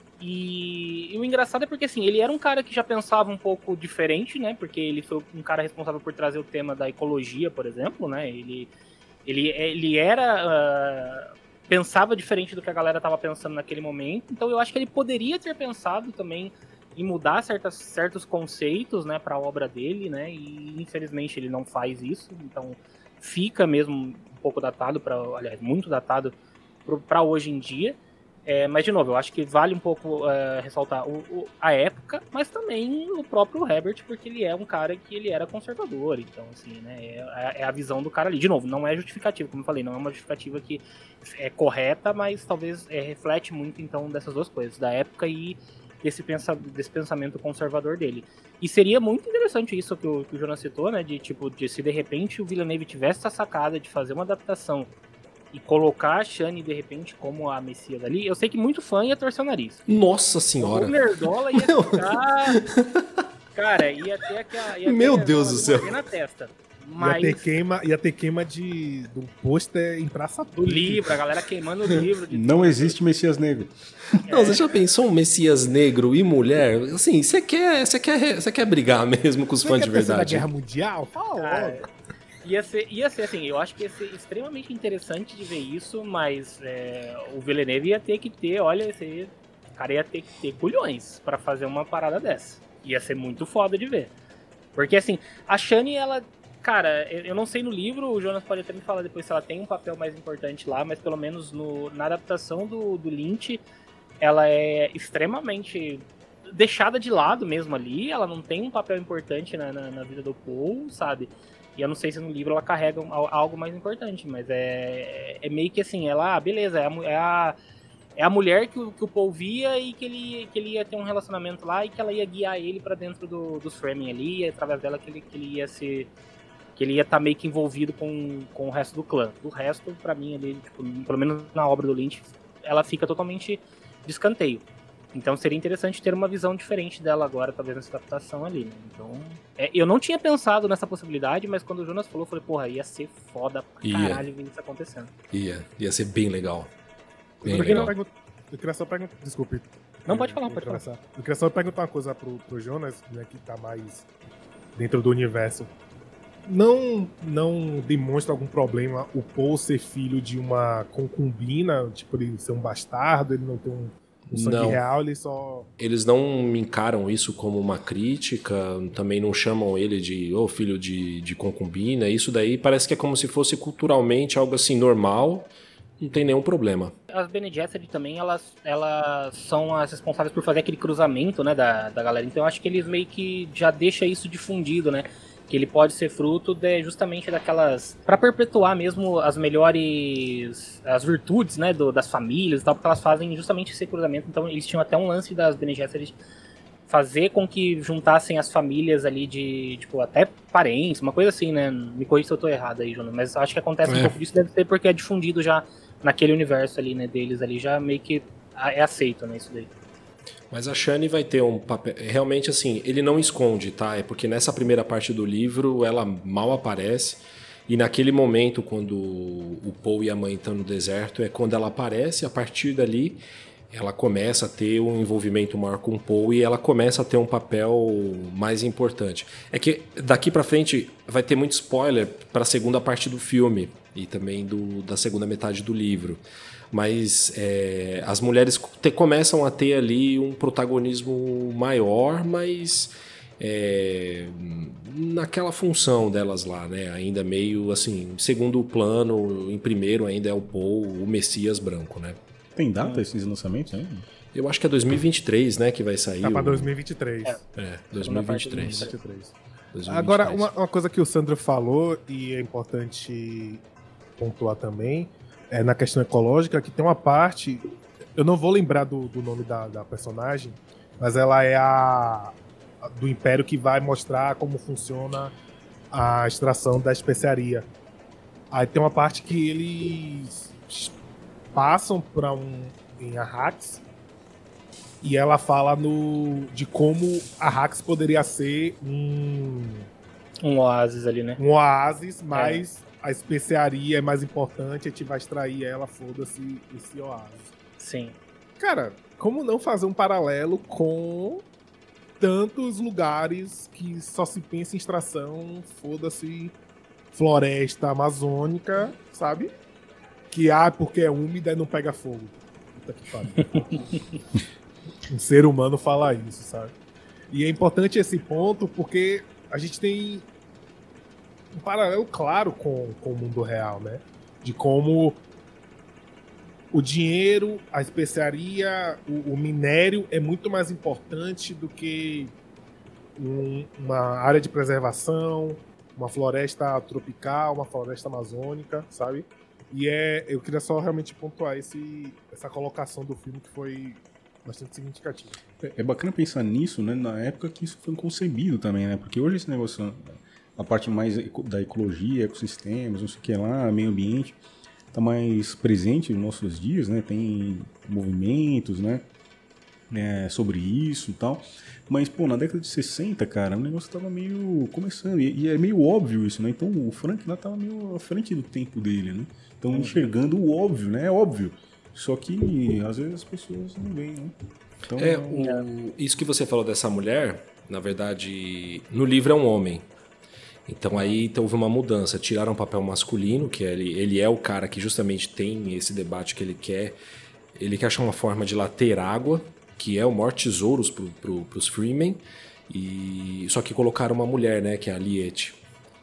E o engraçado é porque, assim, ele era um cara que já pensava um pouco diferente, né? Porque ele foi um cara responsável por trazer o tema da ecologia, por exemplo, né? Ele era... pensava diferente do que a galera estava pensando naquele momento. Então eu acho que ele poderia ter pensado também em mudar certos conceitos, né, para a obra dele, né? E infelizmente ele não faz isso. Então fica mesmo um pouco datado, aliás, muito datado para hoje em dia. Mas, de novo, eu acho que vale um pouco ressaltar a época, mas também o próprio Herbert, porque ele é um cara que ele era conservador. Então, assim, né, é a visão do cara ali. De novo, não é justificativa, como eu falei, não é uma justificativa que é correta, mas talvez reflete muito, então, dessas duas coisas, da época e desse pensamento conservador dele. E seria muito interessante isso que o Jonas citou, né? De se de repente o Villeneuve tivesse essa sacada de fazer uma adaptação e colocar a Shani de repente como a Messias ali, eu sei que muito fã ia torcer o nariz. Nossa senhora! O Nerdola ia ficar... Cara, ia ter aquela... Meu Deus do céu! Na testa. Mas... Ia ter queima do pôster em praça do livro, a galera queimando o livro. Não existe Messias Negro. Não, você já pensou um Messias negro e mulher? Assim, você quer brigar mesmo com os fãs de verdade? Da Guerra Mundial? Fala logo. Ia ser assim, eu acho que ia ser extremamente interessante de ver isso, mas o Villeneuve ia ter que ter, olha, o cara ia ter que ter culhões pra fazer uma parada dessa. Ia ser muito foda de ver. Porque assim, a Shani, ela... Cara, eu não sei no livro, o Jonas pode até me falar depois se ela tem um papel mais importante lá, mas pelo menos na adaptação do Lynch, ela é extremamente deixada de lado mesmo ali, ela não tem um papel importante na vida do Paul, sabe? E eu não sei se no livro ela carrega algo mais importante, mas é meio que assim, ela, beleza, é a mulher que o Paul via e que ele ia ter um relacionamento lá e que ela ia guiar ele pra dentro dos framing ali, e através dela que ele ia ser... que ele ia estar meio que envolvido com o resto do clã. O resto, pra mim, ali, tipo, pelo menos na obra do Lynch, ela fica totalmente de escanteio. Então seria interessante ter uma visão diferente dela agora, talvez nessa adaptação ali, né? Então, eu não tinha pensado nessa possibilidade, mas quando o Jonas falou, eu falei, porra, ia ser foda pra caralho ver isso acontecendo. Ia ser bem legal. Bem legal. legal. Eu queria só perguntar... Desculpe. Não, pode falar, pode falar. Eu queria só perguntar uma coisa pro Jonas, né, que tá mais dentro do universo. Não demonstra algum problema o Paul ser filho de uma concubina, tipo, ele ser um bastardo, ele não ter um sangue real, ele só... Eles não encaram isso como uma crítica, também não chamam ele de filho de concubina, isso daí parece que é como se fosse culturalmente algo assim normal, não tem nenhum problema. As Bene Gesserit também, elas são as responsáveis por fazer aquele cruzamento, né, da galera, então eu acho que eles meio que já deixam isso difundido, né? Que ele pode ser fruto justamente daquelas... Pra perpetuar mesmo as melhores... As virtudes, né, das famílias e tal, porque elas fazem justamente esse cruzamento. Então eles tinham até um lance das Bene Gesserit fazer com que juntassem as famílias ali de, tipo, até parentes, uma coisa assim, né? Me corrija se eu tô errado aí, Jonas, mas acho que acontece um pouco disso, deve ser porque é difundido já naquele universo ali, né, deles ali, já meio que é aceito, né, isso daí. Mas a Shani vai ter um papel... Realmente, assim, ele não esconde, tá? É porque nessa primeira parte do livro ela mal aparece. E naquele momento, quando o Paul e a mãe estão no deserto, é quando ela aparece. A partir dali, ela começa a ter um envolvimento maior com o Paul e ela começa a ter um papel mais importante. É que daqui pra frente vai ter muito spoiler pra segunda parte do filme e também da segunda metade do livro. Mas as mulheres começam a ter ali um protagonismo maior, mas naquela função delas lá, né? Ainda meio assim, em segundo plano, em primeiro ainda é o Paul, o Messias branco, né? Tem data esses lançamentos ainda? Eu acho que é 2023, né, que vai sair. Tá pra 2023. 2023. 2023. Agora, uma coisa que o Sandro falou, e é importante pontuar também, na questão ecológica, que tem uma parte, eu não vou lembrar do nome da personagem, mas ela é a do Império que vai mostrar como funciona a extração da especiaria. Aí tem uma parte que eles passam em Arrax e ela fala de como Arrax poderia ser um oásis ali, né? Um oásis, mas a especiaria é mais importante, a gente vai extrair ela, foda-se, esse oásis. Sim. Cara, como não fazer um paralelo com tantos lugares que só se pensa em extração, foda-se, floresta amazônica, sabe? Que porque é úmida e não pega fogo. Puta que pariu. Um ser humano fala isso, sabe? E é importante esse ponto porque a gente tem um paralelo claro com o mundo real, né? De como o dinheiro, a especiaria, o minério é muito mais importante do que uma área de preservação, uma floresta tropical, uma floresta amazônica, sabe? E eu queria só realmente pontuar essa colocação do filme que foi bastante significativa. É bacana pensar nisso, né, na época que isso foi concebido também, né? Porque hoje esse negócio, a parte mais da ecologia, ecossistemas, não sei o que lá, meio ambiente, tá mais presente nos nossos dias, né? Tem movimentos, né? Sobre isso e tal. Mas, pô, na década de 60, cara, o negócio tava meio começando. E é meio óbvio isso, né? Então o Frank lá tava meio à frente do tempo dele, né? Então enxergando o óbvio, né? É óbvio. Só que às vezes as pessoas não veem, né? Então, isso que você falou dessa mulher, na verdade, no livro é um homem. Então aí houve uma mudança. Tiraram o papel masculino, que ele é o cara que justamente tem esse debate que ele quer. Ele quer achar uma forma de lá ter água, que é o maior tesouro pros Freemen. Só que colocaram uma mulher, né, que é a Liette.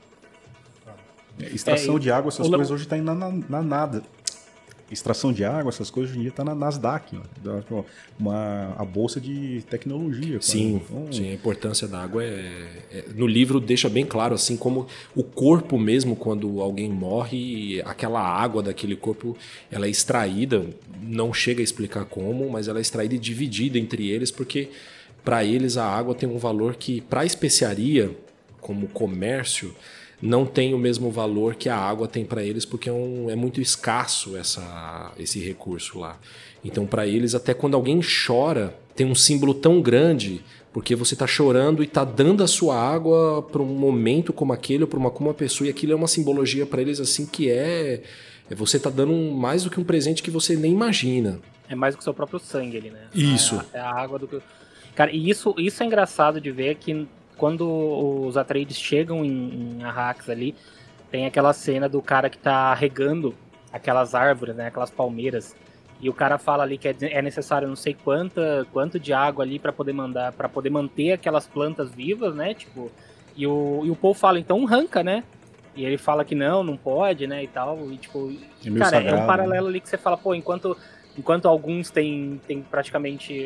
Extração de água, essas coisas hoje tá indo na nada. Extração de água, essas coisas hoje em dia tá na Nasdaq, ó, a bolsa de tecnologia. Sim, sim, a importância da água no livro deixa bem claro, assim, como o corpo mesmo, quando alguém morre, aquela água daquele corpo, ela é extraída, não chega a explicar como, mas ela é extraída e dividida entre eles, porque para eles a água tem um valor que, para a especiaria, como comércio, não tem o mesmo valor que a água tem para eles, porque é muito escasso esse recurso lá. Então, para eles, até quando alguém chora, tem um símbolo tão grande, porque você está chorando e está dando a sua água para um momento como aquele, ou para uma pessoa, e aquilo é uma simbologia para eles assim que você está dando mais do que um presente que você nem imagina. É mais do que o seu próprio sangue ali, né? Isso. É a água do que... Cara, e isso é engraçado de ver que quando os Atreides chegam em Arrakis ali, tem aquela cena do cara que tá regando aquelas árvores, né, aquelas palmeiras, e o cara fala ali que é necessário não sei quanto de água ali para poder manter aquelas plantas vivas, né, tipo, e o Paul fala, então arranca, né, e ele fala que não pode, né, e tal, e tipo, cara, sagrado, é um paralelo ali que você fala, pô, enquanto alguns têm praticamente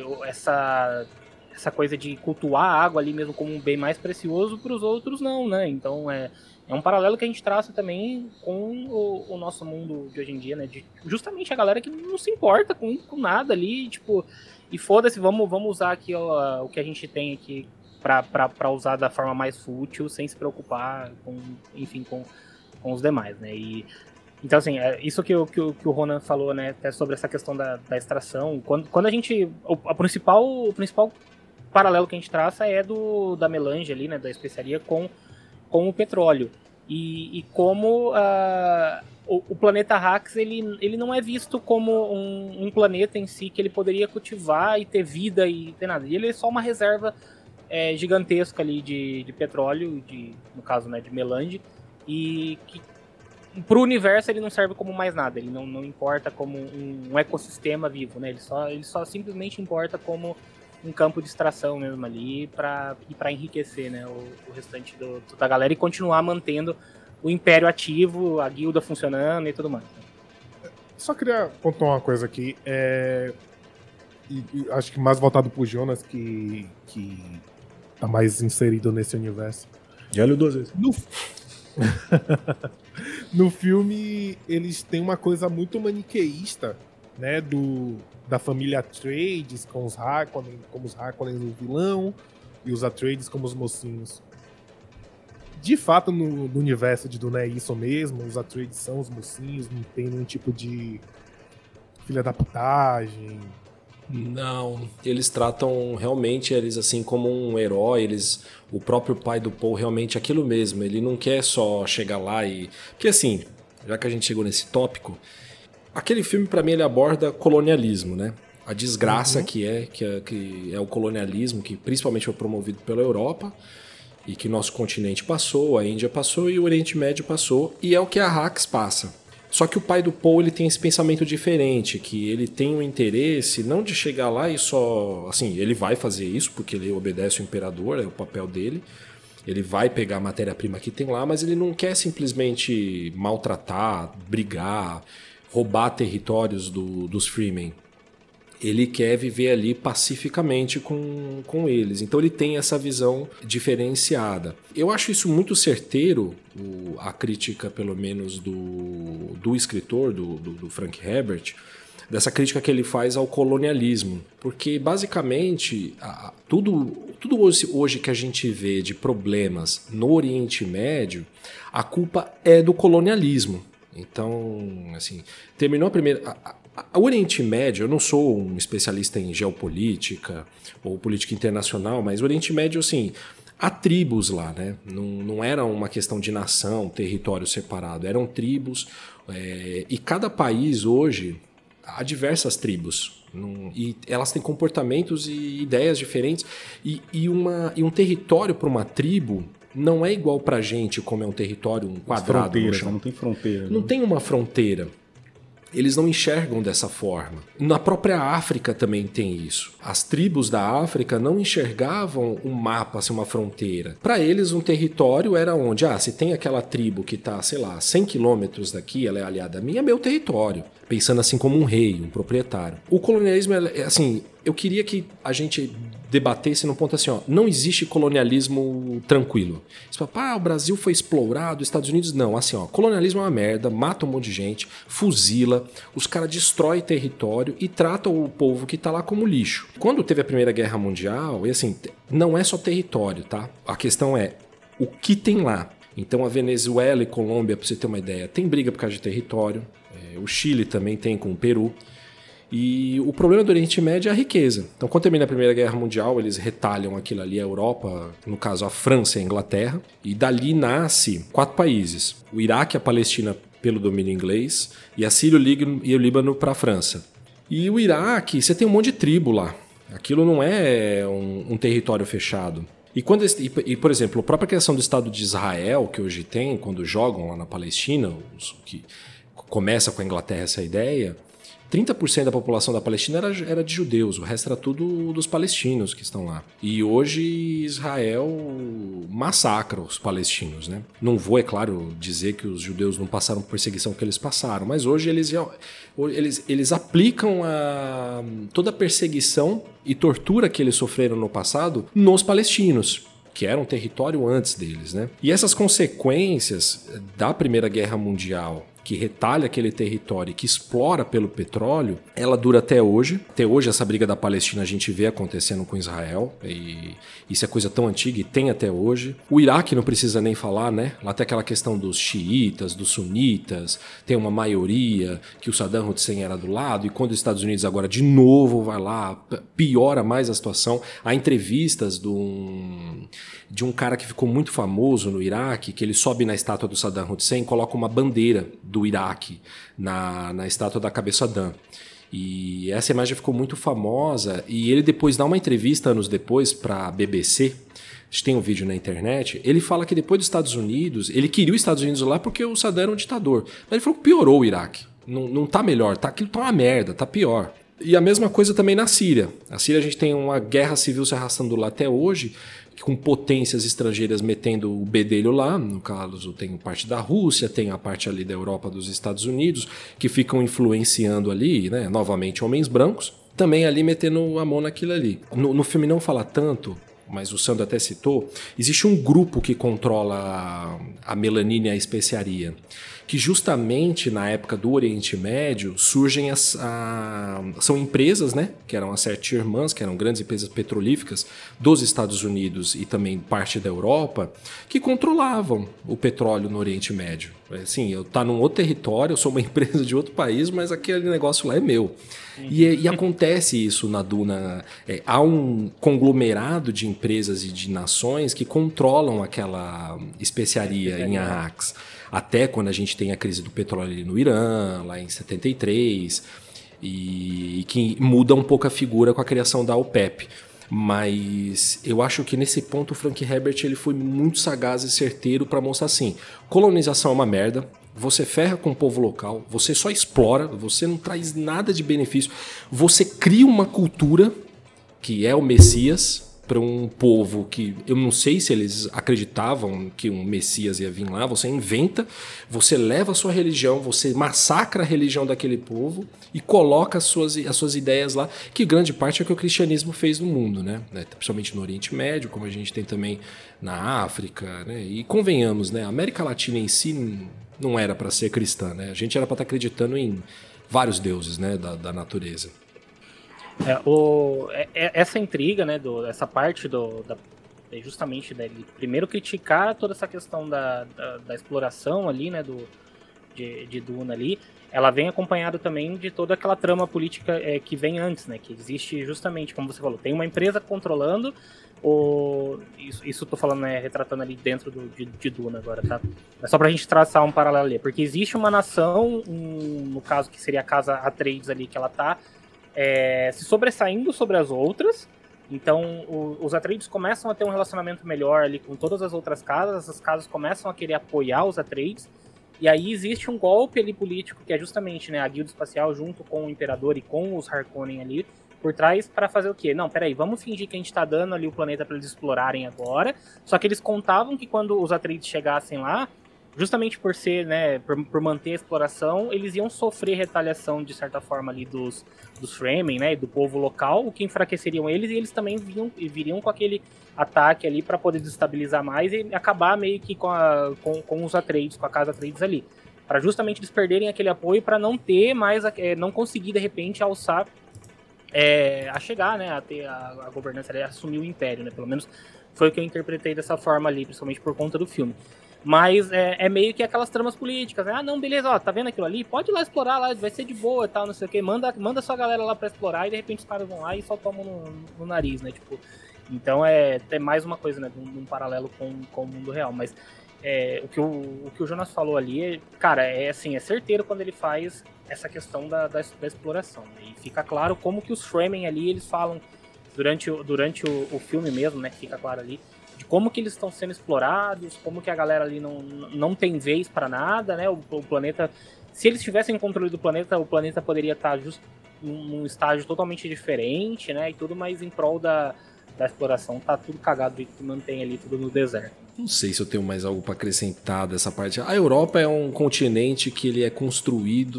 essa coisa de cultuar a água ali mesmo como um bem mais precioso, para os outros não, né? Então é um paralelo que a gente traça também com o nosso mundo de hoje em dia, né? De justamente a galera que não se importa com nada ali, tipo, e foda-se, vamos usar aqui o que a gente tem aqui para usar da forma mais fútil, sem se preocupar com os demais, né? Então, assim, isso que o Ronan falou, né? Até sobre essa questão da extração. Quando a gente... O principal paralelo que a gente traça é da melange ali, né? Da especiaria com o petróleo. E como o planeta Arrakis, ele não é visto como um planeta em si que ele poderia cultivar e ter vida e ter nada. Ele é só uma reserva gigantesca ali de petróleo, no caso, né? De melange. E que pro universo ele não serve como mais nada, ele não importa como um ecossistema vivo, né? Ele só simplesmente importa como um campo de extração mesmo ali para enriquecer, né, o restante da galera e continuar mantendo o império ativo, a guilda funcionando e tudo mais. Só queria pontuar uma coisa aqui, e acho que mais voltado pro Jonas, que tá mais inserido nesse universo. Já leu 2 vezes. No filme, eles têm uma coisa muito maniqueísta, né, da família Atreides com os Harkonnen, como os Harkonnen o vilão e os Atreides como os mocinhos. De fato, no universo de Dune é isso mesmo, os Atreides são os mocinhos, não tem nenhum tipo de filha da putagem. Não, eles tratam realmente eles assim como um herói, o próprio pai do Paul realmente aquilo mesmo, ele não quer só chegar lá e... Porque assim, já que a gente chegou nesse tópico, aquele filme pra mim ele aborda colonialismo, né? A desgraça que é o colonialismo, que principalmente foi promovido pela Europa e que nosso continente passou, a Índia passou e o Oriente Médio passou, e é o que a Arrakis passa. Só que o pai do Paul ele tem esse pensamento diferente, que ele tem um interesse não de chegar lá e só... Assim, ele vai fazer isso porque ele obedece o imperador, é o papel dele. Ele vai pegar a matéria-prima que tem lá, mas ele não quer simplesmente maltratar, brigar, roubar territórios dos Freemen. Ele quer viver ali pacificamente com eles. Então ele tem essa visão diferenciada. Eu acho isso muito certeiro, a crítica pelo menos do escritor, do Frank Herbert, dessa crítica que ele faz ao colonialismo. Porque, basicamente, tudo hoje que a gente vê de problemas no Oriente Médio, a culpa é do colonialismo. Então, assim, terminou a primeira... O Oriente Médio, eu não sou um especialista em geopolítica ou política internacional, mas o Oriente Médio, assim, há tribos lá, né? Não era uma questão de nação, território separado, eram tribos, e cada país hoje há diversas tribos, e elas têm comportamentos e ideias diferentes, e um território para uma tribo não é igual pra gente, como é um território, um quadrado. Fronteira, não tem fronteira. Não tem uma fronteira. Eles não enxergam dessa forma. Na própria África também tem isso. As tribos da África não enxergavam um mapa, assim, uma fronteira. Para eles, um território era onde? Se tem aquela tribo que está, sei lá, 100 quilômetros daqui, ela é aliada a mim, é meu território. Pensando assim como um rei, um proprietário. O colonialismo, assim, eu queria que a gente debatesse num ponto assim, não existe colonialismo tranquilo. Você fala, o Brasil foi explorado, os Estados Unidos não. Assim, colonialismo é uma merda, mata um monte de gente, fuzila, os caras destroem território e tratam o povo que tá lá como lixo. Quando teve a Primeira Guerra Mundial, e assim, não é só território, tá? A questão é o que tem lá. Então a Venezuela e Colômbia, pra você ter uma ideia, tem briga por causa de território. O Chile também tem com o Peru. E o problema do Oriente Médio é a riqueza. Então, quando termina a Primeira Guerra Mundial, eles retalham aquilo ali, a Europa, no caso a França e a Inglaterra, e dali nasce 4 países. O Iraque e a Palestina pelo domínio inglês, e a Síria e o Líbano para a França. E o Iraque, você tem um monte de tribo lá. Aquilo não é um território fechado. E, por exemplo, a própria criação do Estado de Israel, que hoje tem, quando jogam lá na Palestina, que começa com a Inglaterra essa ideia, 30% da população da Palestina era de judeus, o resto era tudo dos palestinos que estão lá. E hoje Israel massacra os palestinos, né? Não vou, é claro, dizer que os judeus não passaram por perseguição que eles passaram, mas hoje eles aplicam toda a perseguição e tortura que eles sofreram no passado nos palestinos, que era um território antes deles, né? E essas consequências da Primeira Guerra Mundial, que retalha aquele território e que explora pelo petróleo, ela dura até hoje. Até hoje essa briga da Palestina a gente vê acontecendo com Israel, e isso é coisa tão antiga e tem até hoje. O Iraque não precisa nem falar, né? Lá tem aquela questão dos xiitas, dos sunitas, tem uma maioria que o Saddam Hussein era do lado, e quando os Estados Unidos agora de novo vai lá, piora mais a situação. Há entrevistas de um cara que ficou muito famoso no Iraque, que ele sobe na estátua do Saddam Hussein e coloca uma bandeira do Iraque na estátua da cabeça Saddam. E essa imagem ficou muito famosa, e ele depois dá uma entrevista anos depois para a BBC, a gente tem um vídeo na internet, ele fala que depois dos Estados Unidos, ele queria os Estados Unidos lá porque o Saddam era um ditador, mas ele falou que piorou o Iraque, não tá melhor, aquilo tá uma merda, tá pior. E a mesma coisa também na Síria. A Síria, a gente tem uma guerra civil se arrastando lá até hoje, com potências estrangeiras metendo o bedelho lá. No caso, tem parte da Rússia, tem a parte ali da Europa, dos Estados Unidos, que ficam influenciando ali, né, novamente, homens brancos, também ali metendo a mão naquilo ali. No filme não fala tanto, mas o Sandro até citou, existe um grupo que controla a melanina e a especiaria, que justamente na época do Oriente Médio surgem são empresas, né, que eram as Sete Irmãs, que eram grandes empresas petrolíferas dos Estados Unidos e também parte da Europa, que controlavam o petróleo no Oriente Médio. Assim, eu tá num outro território, eu sou uma empresa de outro país, mas aquele negócio lá é meu. E acontece isso na Duna. Há um conglomerado de empresas e de nações que controlam aquela especiaria em Arrax. Até quando a gente tem a crise do petróleo no Irã, lá em 73, e que muda um pouco a figura com a criação da OPEP. Mas eu acho que nesse ponto o Frank Herbert ele foi muito sagaz e certeiro para mostrar assim, colonização é uma merda, você ferra com o povo local, você só explora, você não traz nada de benefício, você cria uma cultura que é o Messias para um povo que eu não sei se eles acreditavam que um Messias ia vir lá, você inventa, você leva a sua religião, você massacra a religião daquele povo e coloca as suas ideias lá, que grande parte é o que o cristianismo fez no mundo, né? Principalmente no Oriente Médio, como a gente tem também na África, né? E convenhamos, né? A América Latina em si não era para ser cristã, né? A gente era para estar acreditando em vários deuses, né, da natureza. Essa intriga, né, essa parte justamente dele primeiro criticar toda essa questão da exploração ali, né, de Duna ali, ela vem acompanhada também de toda aquela trama política que vem antes, né, que existe justamente, como você falou, tem uma empresa controlando isso eu tô falando, né, retratando ali dentro de Duna agora, tá? É só pra gente traçar um paralelo ali, porque existe uma nação, no caso que seria a casa Atreides ali, que ela tá se sobressaindo sobre as outras. Então os Atreides começam a ter um relacionamento melhor ali com todas as outras casas, essas casas começam a querer apoiar os Atreides, e aí existe um golpe ali político, que é justamente, né, a Guilda Espacial junto com o Imperador e com os Harkonnen ali por trás para fazer o quê? Não, peraí, vamos fingir que a gente tá dando ali o planeta para eles explorarem agora, só que eles contavam que quando os Atreides chegassem lá, justamente por ser, né, por manter a exploração, eles iam sofrer retaliação de certa forma ali dos Fremen, né, e do povo local, o que enfraqueceriam eles, e eles também viriam com aquele ataque ali para poder desestabilizar mais e acabar meio que com os Atreides, com a casa Atreides ali, para justamente eles perderem aquele apoio, para não ter mais, não conseguir de repente alçar a chegar, né, a ter a governança, a assumir o império, né, pelo menos foi o que eu interpretei dessa forma ali, principalmente por conta do filme. Mas é meio que aquelas tramas políticas, né? Ah, não, beleza, ó, tá vendo aquilo ali? Pode ir lá explorar lá, vai ser de boa e tal, não sei o quê. Manda sua galera lá pra explorar e de repente os caras vão lá e só tomam no nariz, né? Tipo, então é mais uma coisa, né? De um paralelo com o mundo real. Mas o que o Jonas falou ali, cara, assim, é certeiro quando ele faz essa questão da exploração. Né? E fica claro como que os Fremen ali, eles falam durante o filme mesmo, né? Fica claro ali. De como que eles estão sendo explorados, como que a galera ali não tem vez para nada, né? O planeta, se eles tivessem controle do planeta, o planeta poderia estar justo num estágio totalmente diferente, né? E tudo mais em prol da exploração, tá tudo cagado e mantém ali tudo no deserto. Não sei se eu tenho mais algo para acrescentar dessa parte. A Europa é um continente que ele é construído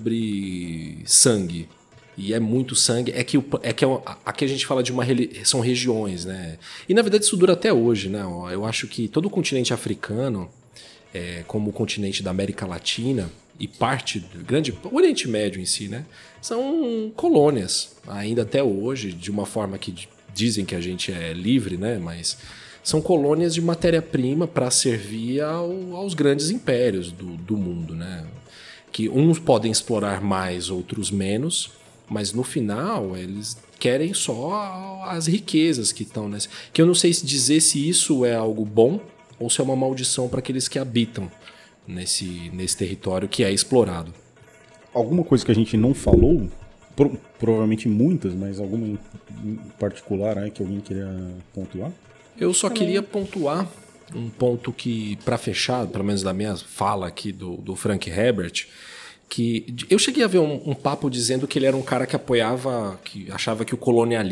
sobre sangue. E é muito sangue. Aqui a gente fala de são regiões, né? E na verdade isso dura até hoje, né? Eu acho que todo o continente africano, como o continente da América Latina e o Oriente Médio em si, né? São colônias, ainda até hoje, de uma forma que dizem que a gente é livre, né? Mas são colônias de matéria-prima para servir aos grandes impérios do mundo, né? Que uns podem explorar mais, outros menos. Mas no final eles querem só as riquezas que estão nessa. Que eu não sei dizer se isso é algo bom ou se é uma maldição para aqueles que habitam nesse território que é explorado. Alguma coisa que a gente não falou, provavelmente muitas, mas alguma em particular aí que alguém queria pontuar? Eu só queria pontuar um ponto que, para fechar, pelo menos da minha fala aqui do Frank Herbert, que eu cheguei a ver um papo dizendo que ele era um cara que apoiava, que achava que o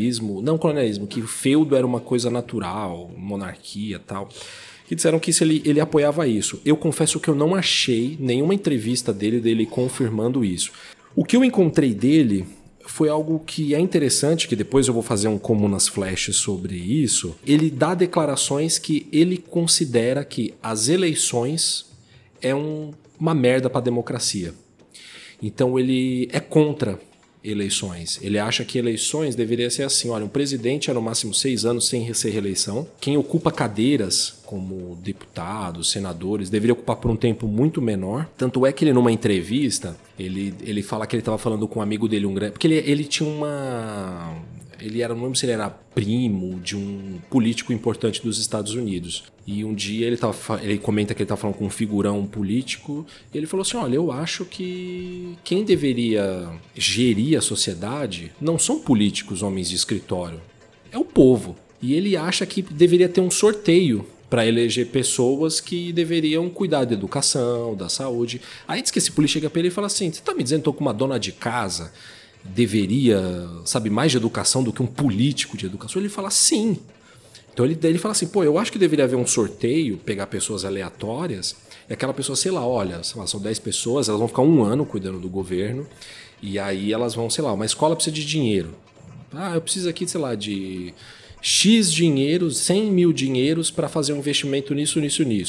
que o feudo era uma coisa natural, monarquia e tal, que disseram que ele apoiava isso. Eu confesso que eu não achei nenhuma entrevista dele confirmando isso. O que eu encontrei dele foi algo que é interessante, que depois eu vou fazer um Comunas Flash sobre isso. Ele dá declarações que ele considera que as eleições é uma merda para a democracia. Então ele é contra eleições. Ele acha que eleições deveria ser assim, olha, um presidente é no máximo 6 anos sem ser reeleição. Quem ocupa cadeiras como deputados, senadores, deveria ocupar por um tempo muito menor. Tanto é que ele, numa entrevista, ele fala que ele estava falando com um amigo dele, porque ele tinha uma... não lembro se ele era primo de um político importante dos Estados Unidos. E um dia ele comenta que ele estava falando com um figurão político, e ele falou assim, olha, eu acho que quem deveria gerir a sociedade não são políticos, homens de escritório, é o povo. E ele acha que deveria ter um sorteio para eleger pessoas que deveriam cuidar da educação, da saúde. Aí diz que esse político chega para ele e fala assim, você está me dizendo que estou com uma dona de casa deveria, sabe, mais de educação do que um político de educação? Ele fala sim. Então ele fala assim, eu acho que deveria haver um sorteio, pegar pessoas aleatórias, e aquela pessoa, sei lá, são 10 pessoas, elas vão ficar 1 ano cuidando do governo, e aí elas vão, sei lá, uma escola precisa de dinheiro. Eu preciso aqui, sei lá, de X dinheiros, 100 mil dinheiros para fazer um investimento nisso.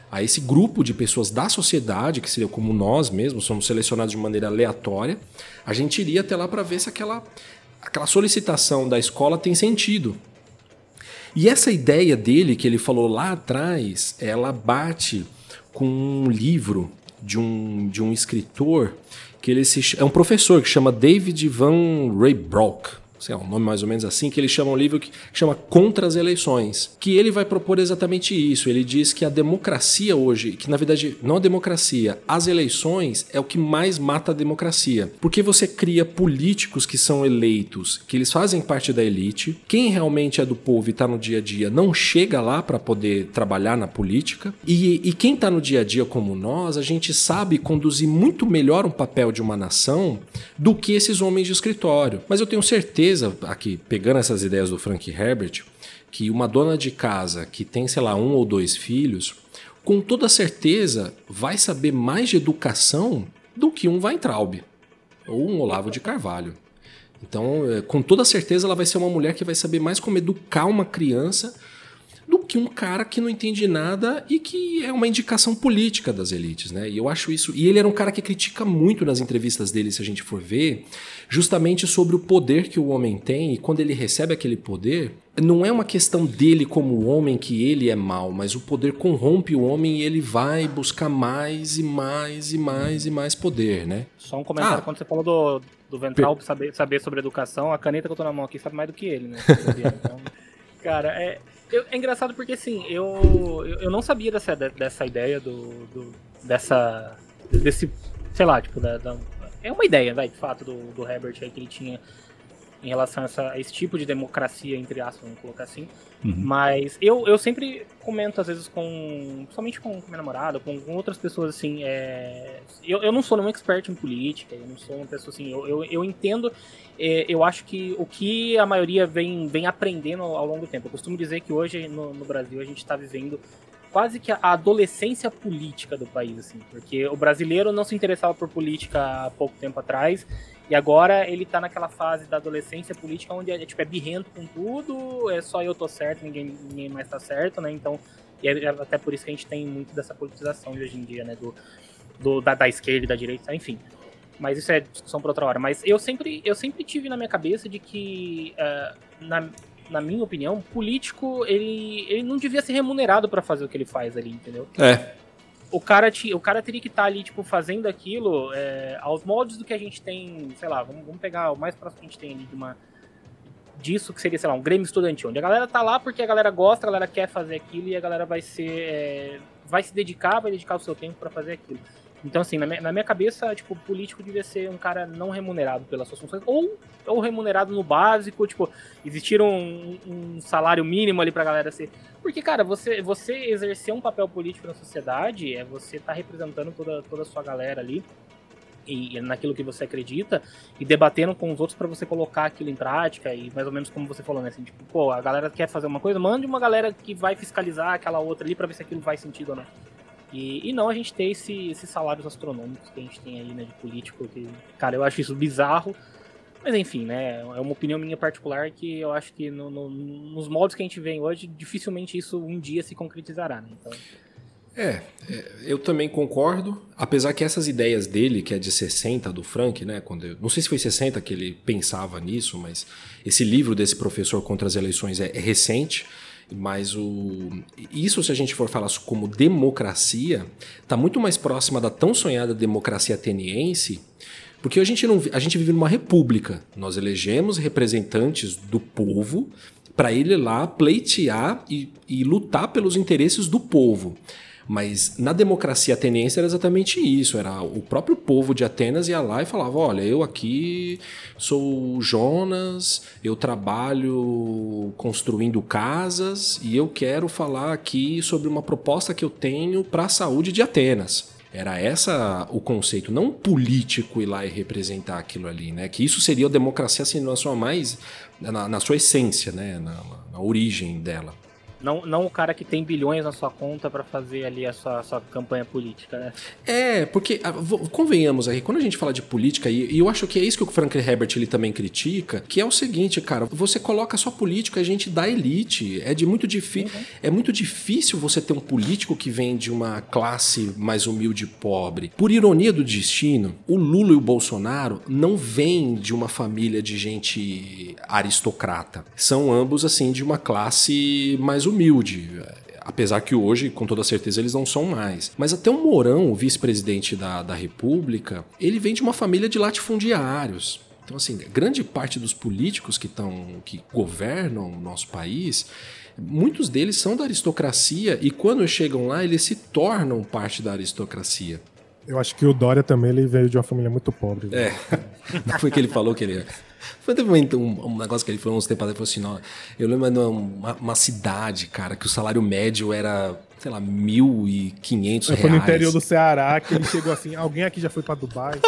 a esse grupo de pessoas da sociedade, que seria como nós mesmos, somos selecionados de maneira aleatória, a gente iria até lá para ver se aquela solicitação da escola tem sentido. E essa ideia dele, que ele falou lá atrás, ela bate com um livro de um escritor, que é um professor que chama David Van Reybrouck. Sei lá, um nome mais ou menos assim, que ele chama um livro que chama Contra as Eleições, que ele vai propor exatamente isso. Ele diz que a democracia hoje, que na verdade não a democracia, as eleições é o que mais mata a democracia. Porque você cria políticos que são eleitos, que eles fazem parte da elite, quem realmente é do povo e está no dia a dia não chega lá para poder trabalhar na política, e quem está no dia a dia como nós, a gente sabe conduzir muito melhor um papel de uma nação do que esses homens de escritório. Mas eu tenho certeza, aqui, pegando essas ideias do Frank Herbert, que uma dona de casa que tem, sei lá, 1 ou 2 filhos, com toda certeza vai saber mais de educação do que um Weintraub ou um Olavo de Carvalho. Então, com toda certeza, ela vai ser uma mulher que vai saber mais como educar uma criança do que um cara que não entende nada e que é uma indicação política das elites, né? E eu acho isso... E ele era um cara que critica muito nas entrevistas dele, se a gente for ver, justamente sobre o poder que o homem tem, e quando ele recebe aquele poder, não é uma questão dele como homem que ele é mau, mas o poder corrompe o homem e ele vai buscar mais e mais e mais e mais poder, né? Só um comentário, quando você falou do Ventral saber sobre educação, a caneta que eu tô na mão aqui sabe mais do que ele, né? Então, cara, é engraçado porque, assim, eu não sabia dessa ideia desse, sei lá, tipo, é uma ideia, de fato, do Herbert aí que ele tinha em relação a esse tipo de democracia, entre aspas, vamos colocar assim. Uhum. Mas eu sempre comento, às vezes, principalmente com minha namorada, com outras pessoas, assim, eu não sou nenhum expert em política, eu não sou uma pessoa, assim, eu entendo, eu acho que o que a maioria vem aprendendo ao longo do tempo. Eu costumo dizer que hoje, no Brasil, a gente está vivendo quase que a adolescência política do país, assim, porque o brasileiro não se interessava por política há pouco tempo atrás, e agora ele tá naquela fase da adolescência política onde é birrento com tudo, é só eu tô certo, ninguém mais tá certo, né? Então, e é até por isso que a gente tem muito dessa politização de hoje em dia, né? Da esquerda e da direita, enfim. Mas isso é discussão para outra hora. Mas eu sempre tive na minha cabeça de que, na minha opinião, político, ele não devia ser remunerado para fazer o que ele faz ali, entendeu? O cara teria que estar ali, tipo, fazendo aquilo aos moldes do que a gente tem, sei lá, vamos pegar o mais próximo que a gente tem ali disso, que seria, sei lá, um Grêmio estudantil, onde a galera tá lá porque a galera gosta, a galera quer fazer aquilo e a galera vai se dedicar o seu tempo para fazer aquilo. Então, assim, na minha cabeça, tipo, o político devia ser um cara não remunerado pelas suas funções, ou remunerado no básico, tipo, existir um salário mínimo ali pra galera ser... Porque, cara, você exercer um papel político na sociedade você tá representando toda a sua galera ali, e naquilo que você acredita, e debatendo com os outros pra você colocar aquilo em prática, e mais ou menos como você falou, né, assim, tipo, pô, a galera quer fazer uma coisa, mande uma galera que vai fiscalizar aquela outra ali pra ver se aquilo faz sentido ou não. E não a gente ter esses salários astronômicos que a gente tem aí, né, de político, que, cara, eu acho isso bizarro, mas enfim, né, é uma opinião minha particular que eu acho que nos moldes que a gente vê hoje, dificilmente isso um dia se concretizará, né, então... eu também concordo, apesar que essas ideias dele, que é de 60, do Frank, né, não sei se foi 60 que ele pensava nisso, mas esse livro desse professor contra as eleições é recente. Mas isso, se a gente for falar como democracia, está muito mais próxima da tão sonhada democracia ateniense, porque a gente vive numa república. Nós elegemos representantes do povo para ele lá pleitear e lutar pelos interesses do povo. Mas na democracia ateniense era exatamente isso, era o próprio povo de Atenas ia lá e falava, olha, eu aqui sou o Jonas, eu trabalho construindo casas e eu quero falar aqui sobre uma proposta que eu tenho para a saúde de Atenas. Era essa o conceito, não um político ir lá e representar aquilo ali, né? Que isso seria a democracia assim, na sua essência, né? Na origem dela. Não o cara que tem bilhões na sua conta pra fazer ali a sua campanha política, né? Porque, convenhamos aí, quando a gente fala de política, e eu acho que é isso que o Frank Herbert ele também critica, que é o seguinte, cara, você coloca só político a gente da elite. É muito difícil você ter um político que vem de uma classe mais humilde e pobre. Por ironia do destino, o Lula e o Bolsonaro não vêm de uma família de gente aristocrata. São ambos, assim, de uma classe mais humilde. Apesar que hoje, com toda certeza, eles não são mais. Mas até o Mourão, o vice-presidente da República, ele vem de uma família de latifundiários. Então, assim, grande parte dos políticos que governam o nosso país, muitos deles são da aristocracia e quando chegam lá, eles se tornam parte da aristocracia. Eu acho que o Dória também ele veio de uma família muito pobre. Né? Não foi que ele falou que ele... Teve um negócio que ele falou uns tempos atrás, ele falou assim, eu lembro de uma cidade, cara, que o salário médio era, sei lá, R$1.500. Foi no interior do Ceará que ele chegou assim, alguém aqui já foi pra Dubai?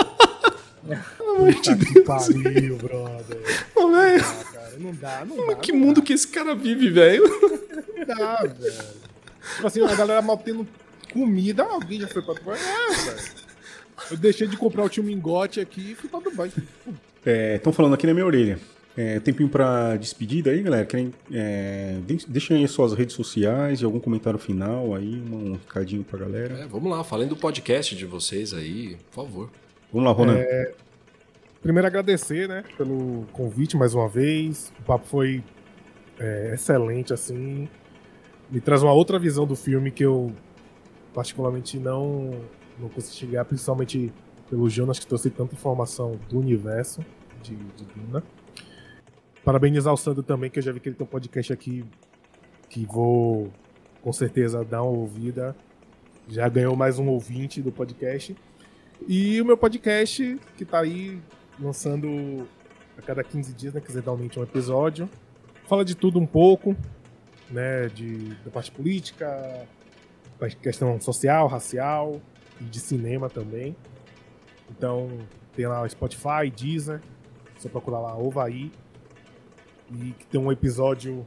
Que pariu, brother. Cara, não dá. Que mundo que esse cara vive, velho? Não dá, velho. Tipo assim, a galera mal tendo comida, alguém já foi pra Dubai? Velho. Eu deixei de comprar o tio Mingote aqui e fui pra Dubai. Estão falando aqui na minha orelha. Tempinho pra despedida aí, galera. Deixem aí suas redes sociais e algum comentário final aí, um recadinho pra galera. Vamos lá, falem do podcast de vocês aí, por favor. Vamos lá, Ronan. Primeiro agradecer, né, pelo convite mais uma vez. O papo foi excelente, assim. Me traz uma outra visão do filme que eu particularmente não consegui chegar, principalmente pelo Jonas, que trouxe tanta informação do universo de Duna. Parabenizar o Sandro também, que eu já vi que ele tem um podcast aqui que vou com certeza dar uma ouvida. Já ganhou mais um ouvinte do podcast. E o meu podcast, que tá aí lançando a cada 15 dias, né? Quinzenalmente um episódio. Fala de tudo um pouco, né? Da parte política, da questão social, racial e de cinema também. Então, tem lá o Spotify, Deezer, só procurar lá Ovaí. E que tem um episódio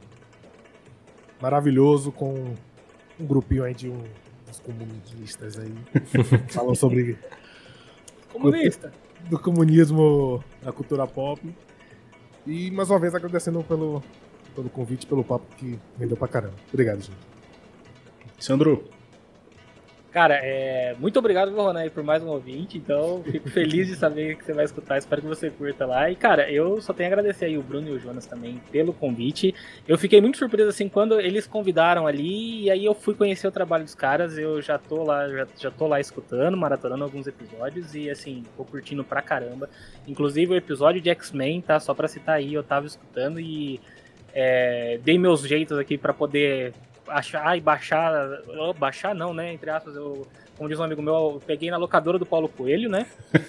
maravilhoso com um grupinho aí de uns comunistas aí. Falam sobre... Comunista. Do comunismo na cultura pop. E, mais uma vez, agradecendo pelo convite, pelo papo que rendeu pra caramba. Obrigado, gente. Sandro. Cara, muito obrigado, Ronan, por mais um ouvinte. Então, fico feliz de saber que você vai escutar. Espero que você curta lá. E, cara, eu só tenho a agradecer aí o Bruno e o Jonas também pelo convite. Eu fiquei muito surpreso, assim, quando eles convidaram ali. E aí eu fui conhecer o trabalho dos caras. Eu já tô lá escutando, maratonando alguns episódios. E, assim, tô curtindo pra caramba. Inclusive, o episódio de X-Men, tá? Só pra citar aí, eu tava escutando e dei meus jeitos aqui pra poder... achar e baixar não, né, entre aspas, como diz um amigo meu, eu peguei na locadora do Paulo Coelho, né,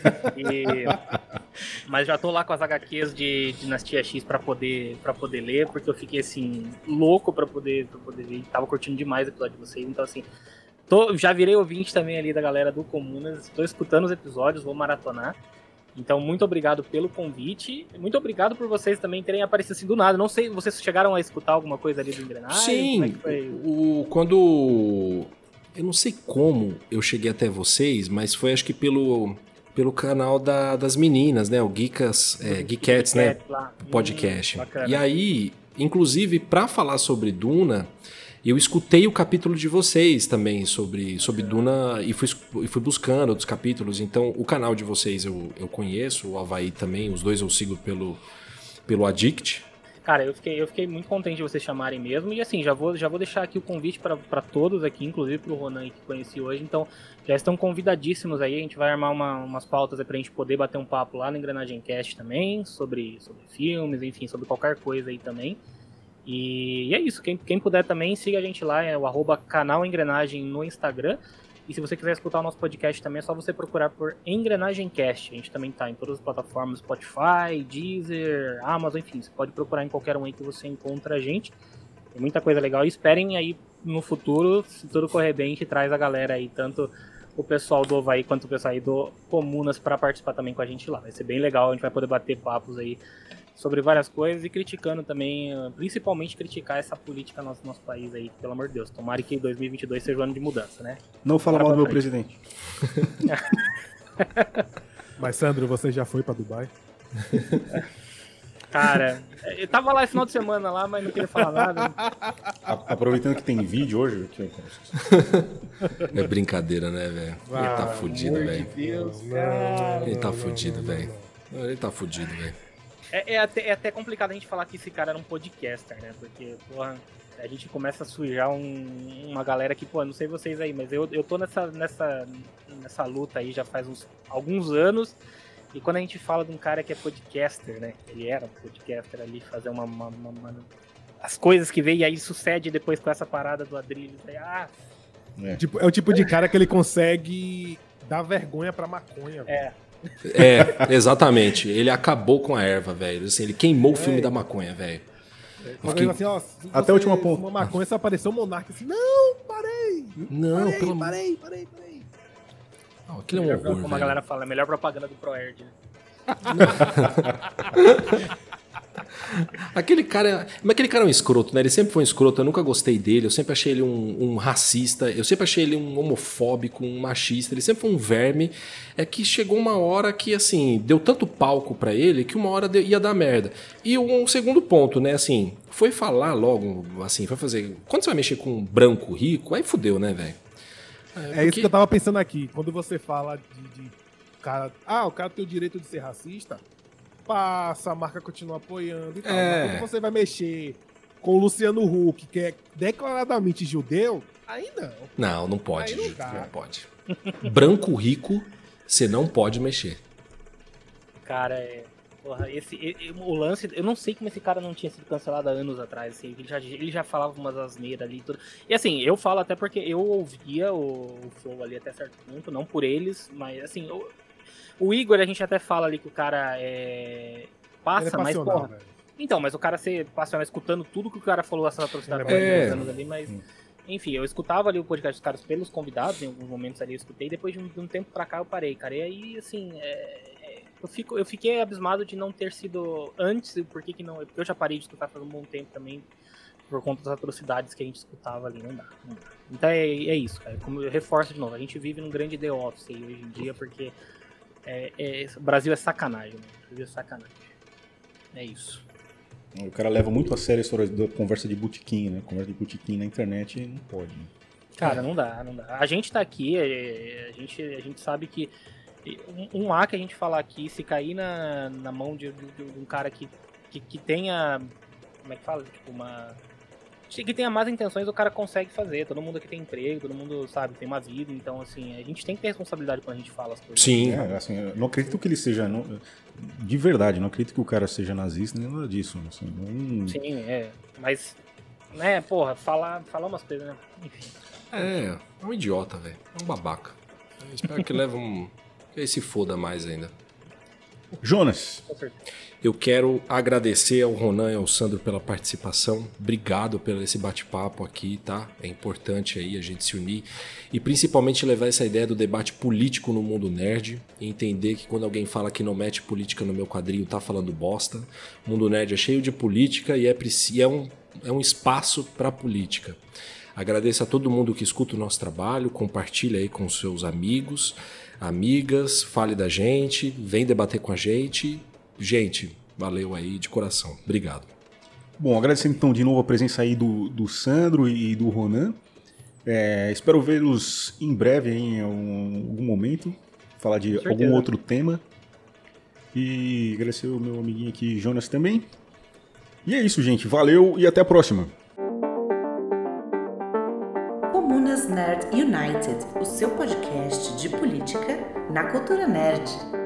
mas já tô lá com as HQs de Dinastia X pra poder ler, porque eu fiquei, assim, louco pra poder ver, tava curtindo demais o episódio de vocês, então, assim, já virei ouvinte também ali da galera do Comunas, tô escutando os episódios, vou maratonar. Então, muito obrigado pelo convite. Muito obrigado por vocês também terem aparecido assim do nada. Não sei, vocês chegaram a escutar alguma coisa ali do Engrenagem? Sim, quando... Eu não sei como eu cheguei até vocês, mas foi acho que pelo canal das meninas, né? O Geekettes, né? Podcast. E aí, inclusive, para falar sobre Duna... Eu escutei o capítulo de vocês também sobre Duna e fui buscando outros capítulos. Então, o canal de vocês eu conheço, o Havaí também, os dois eu sigo pelo Addict. Cara, eu fiquei muito contente de vocês chamarem mesmo. E assim, já vou deixar aqui o convite para todos aqui, inclusive pro Ronan que conheci hoje. Então, já estão convidadíssimos aí. A gente vai armar umas pautas aí pra gente poder bater um papo lá no Engrenagem Cast também, sobre filmes, enfim, sobre qualquer coisa aí também. E é isso, quem puder também, siga a gente lá, é o @canal Engrenagem no Instagram. E se você quiser escutar o nosso podcast também, é só você procurar por Engrenagem Cast. A gente também tá em todas as plataformas, Spotify, Deezer, Amazon, enfim, você pode procurar em qualquer um aí que você encontra a gente. Tem muita coisa legal. E esperem aí no futuro, se tudo correr bem, a gente traz a galera aí, tanto o pessoal do Ovaí quanto o pessoal aí do Comunas, para participar também com a gente lá. Vai ser bem legal, a gente vai poder bater papos aí sobre várias coisas e criticando também, principalmente criticar essa política no nosso país aí, pelo amor de Deus. Tomara que 2022 seja o ano de mudança, né? Não fala mal do meu presidente. Mas, Sandro, você já foi pra Dubai? Cara, eu tava lá esse final de semana lá, mas não queria falar nada. Aproveitando que tem vídeo hoje. Aqui, É brincadeira, né, velho? Ele tá fudido, velho. Deus, cara. Ele tá fudido, velho. Ele tá fudido, velho. É até complicado a gente falar que esse cara era um podcaster, né? Porque, porra, a gente começa a sujar uma galera que, pô, não sei vocês aí, mas eu tô nessa luta aí já faz alguns anos. E quando a gente fala de um cara que é podcaster, né? Ele era um podcaster ali, fazer as coisas que veio e aí sucede depois com essa parada do Adrilles. É o tipo de cara que ele consegue dar vergonha pra maconha. Exatamente. Ele acabou com a erva, velho. Assim, ele queimou o filme da maconha, velho. Assim, ó, até a última ponta. Uma maconha, só apareceu o Monarca assim, não, parei! Não, parei. Não, aquilo é um horror, como a galera fala, é a melhor propaganda do ProErd, né? Aquele cara é um escroto, né? Ele sempre foi um escroto, eu nunca gostei dele, eu sempre achei ele um racista, eu sempre achei ele um homofóbico, um machista, ele sempre foi um verme. É que chegou uma hora que, assim, deu tanto palco pra ele que uma hora ia dar merda. E um segundo ponto, né, assim, foi falar logo, assim, foi fazer... Quando você vai mexer com um branco rico, aí fudeu, né, velho? Isso que eu tava pensando aqui. Quando você fala de cara... o cara tem o direito de ser racista, passa, a marca continua apoiando e tal. Mas quando você vai mexer com o Luciano Huck, que é declaradamente judeu, aí não. Não pode. Aí Não pode. Branco rico, você não pode mexer. Cara, porra, o lance, eu não sei como esse cara não tinha sido cancelado há anos atrás, assim, ele já falava umas asneiras ali e tudo. E assim, eu falo até porque eu ouvia o show ali até certo ponto, não por eles, mas assim, o Igor, a gente até fala ali que o cara passa, mas porra... Velho. Então, mas o cara ser passional escutando tudo que o cara falou, essa atrocidade ali, mas... Enfim, eu escutava ali o podcast dos caras pelos convidados, em alguns momentos ali eu escutei, depois de um tempo pra cá eu parei, cara. E aí, assim, eu fiquei abismado de não ter sido antes, porque eu já parei de escutar faz um bom tempo também, por conta das atrocidades que a gente escutava ali, não dá. Então é isso, cara, como eu reforço de novo, a gente vive num grande The Office aí hoje em dia, porque o Brasil é sacanagem, né? O Brasil é sacanagem. É isso. O cara leva muito a sério a história da conversa de botequim, né? Conversa de botequim na internet não pode. Né? Cara, não dá. A gente tá aqui, a gente sabe que um A que a gente falar aqui, se cair na mão de um cara que tenha, como é que fala? Tipo, que tenha más intenções, o cara consegue fazer. Todo mundo aqui tem emprego, todo mundo, sabe, tem uma vida. Então, assim, a gente tem que ter responsabilidade quando a gente fala as coisas. Sim. Assim, eu não acredito que ele seja... de verdade, não acredito que o cara seja nazista, nem nada disso. Assim, não... Sim, mas, né, porra, falar umas coisas, né? Enfim. É um idiota, velho. É um babaca. Eu espero que leve que ele se foda mais ainda. Jonas. Com certeza. Eu quero agradecer ao Ronan e ao Sandro pela participação. Obrigado pelo esse bate-papo aqui, tá? É importante aí a gente se unir e principalmente levar essa ideia do debate político no mundo nerd e entender que quando alguém fala que não mete política no meu quadrinho, tá falando bosta. O mundo nerd é cheio de política e é um espaço para política. Agradeço a todo mundo que escuta o nosso trabalho, compartilha aí com seus amigos, amigas, fale da gente, vem debater com a gente. Gente, valeu aí de coração. Obrigado. Bom, agradecendo então de novo a presença aí do Sandro e do Ronan. Espero vê-los em breve em algum momento, falar de algum outro tema. E agradecer o meu amiguinho aqui, Jonas, também. E é isso, gente. Valeu e até a próxima. Comunas Nerd United, o seu podcast de política na cultura nerd.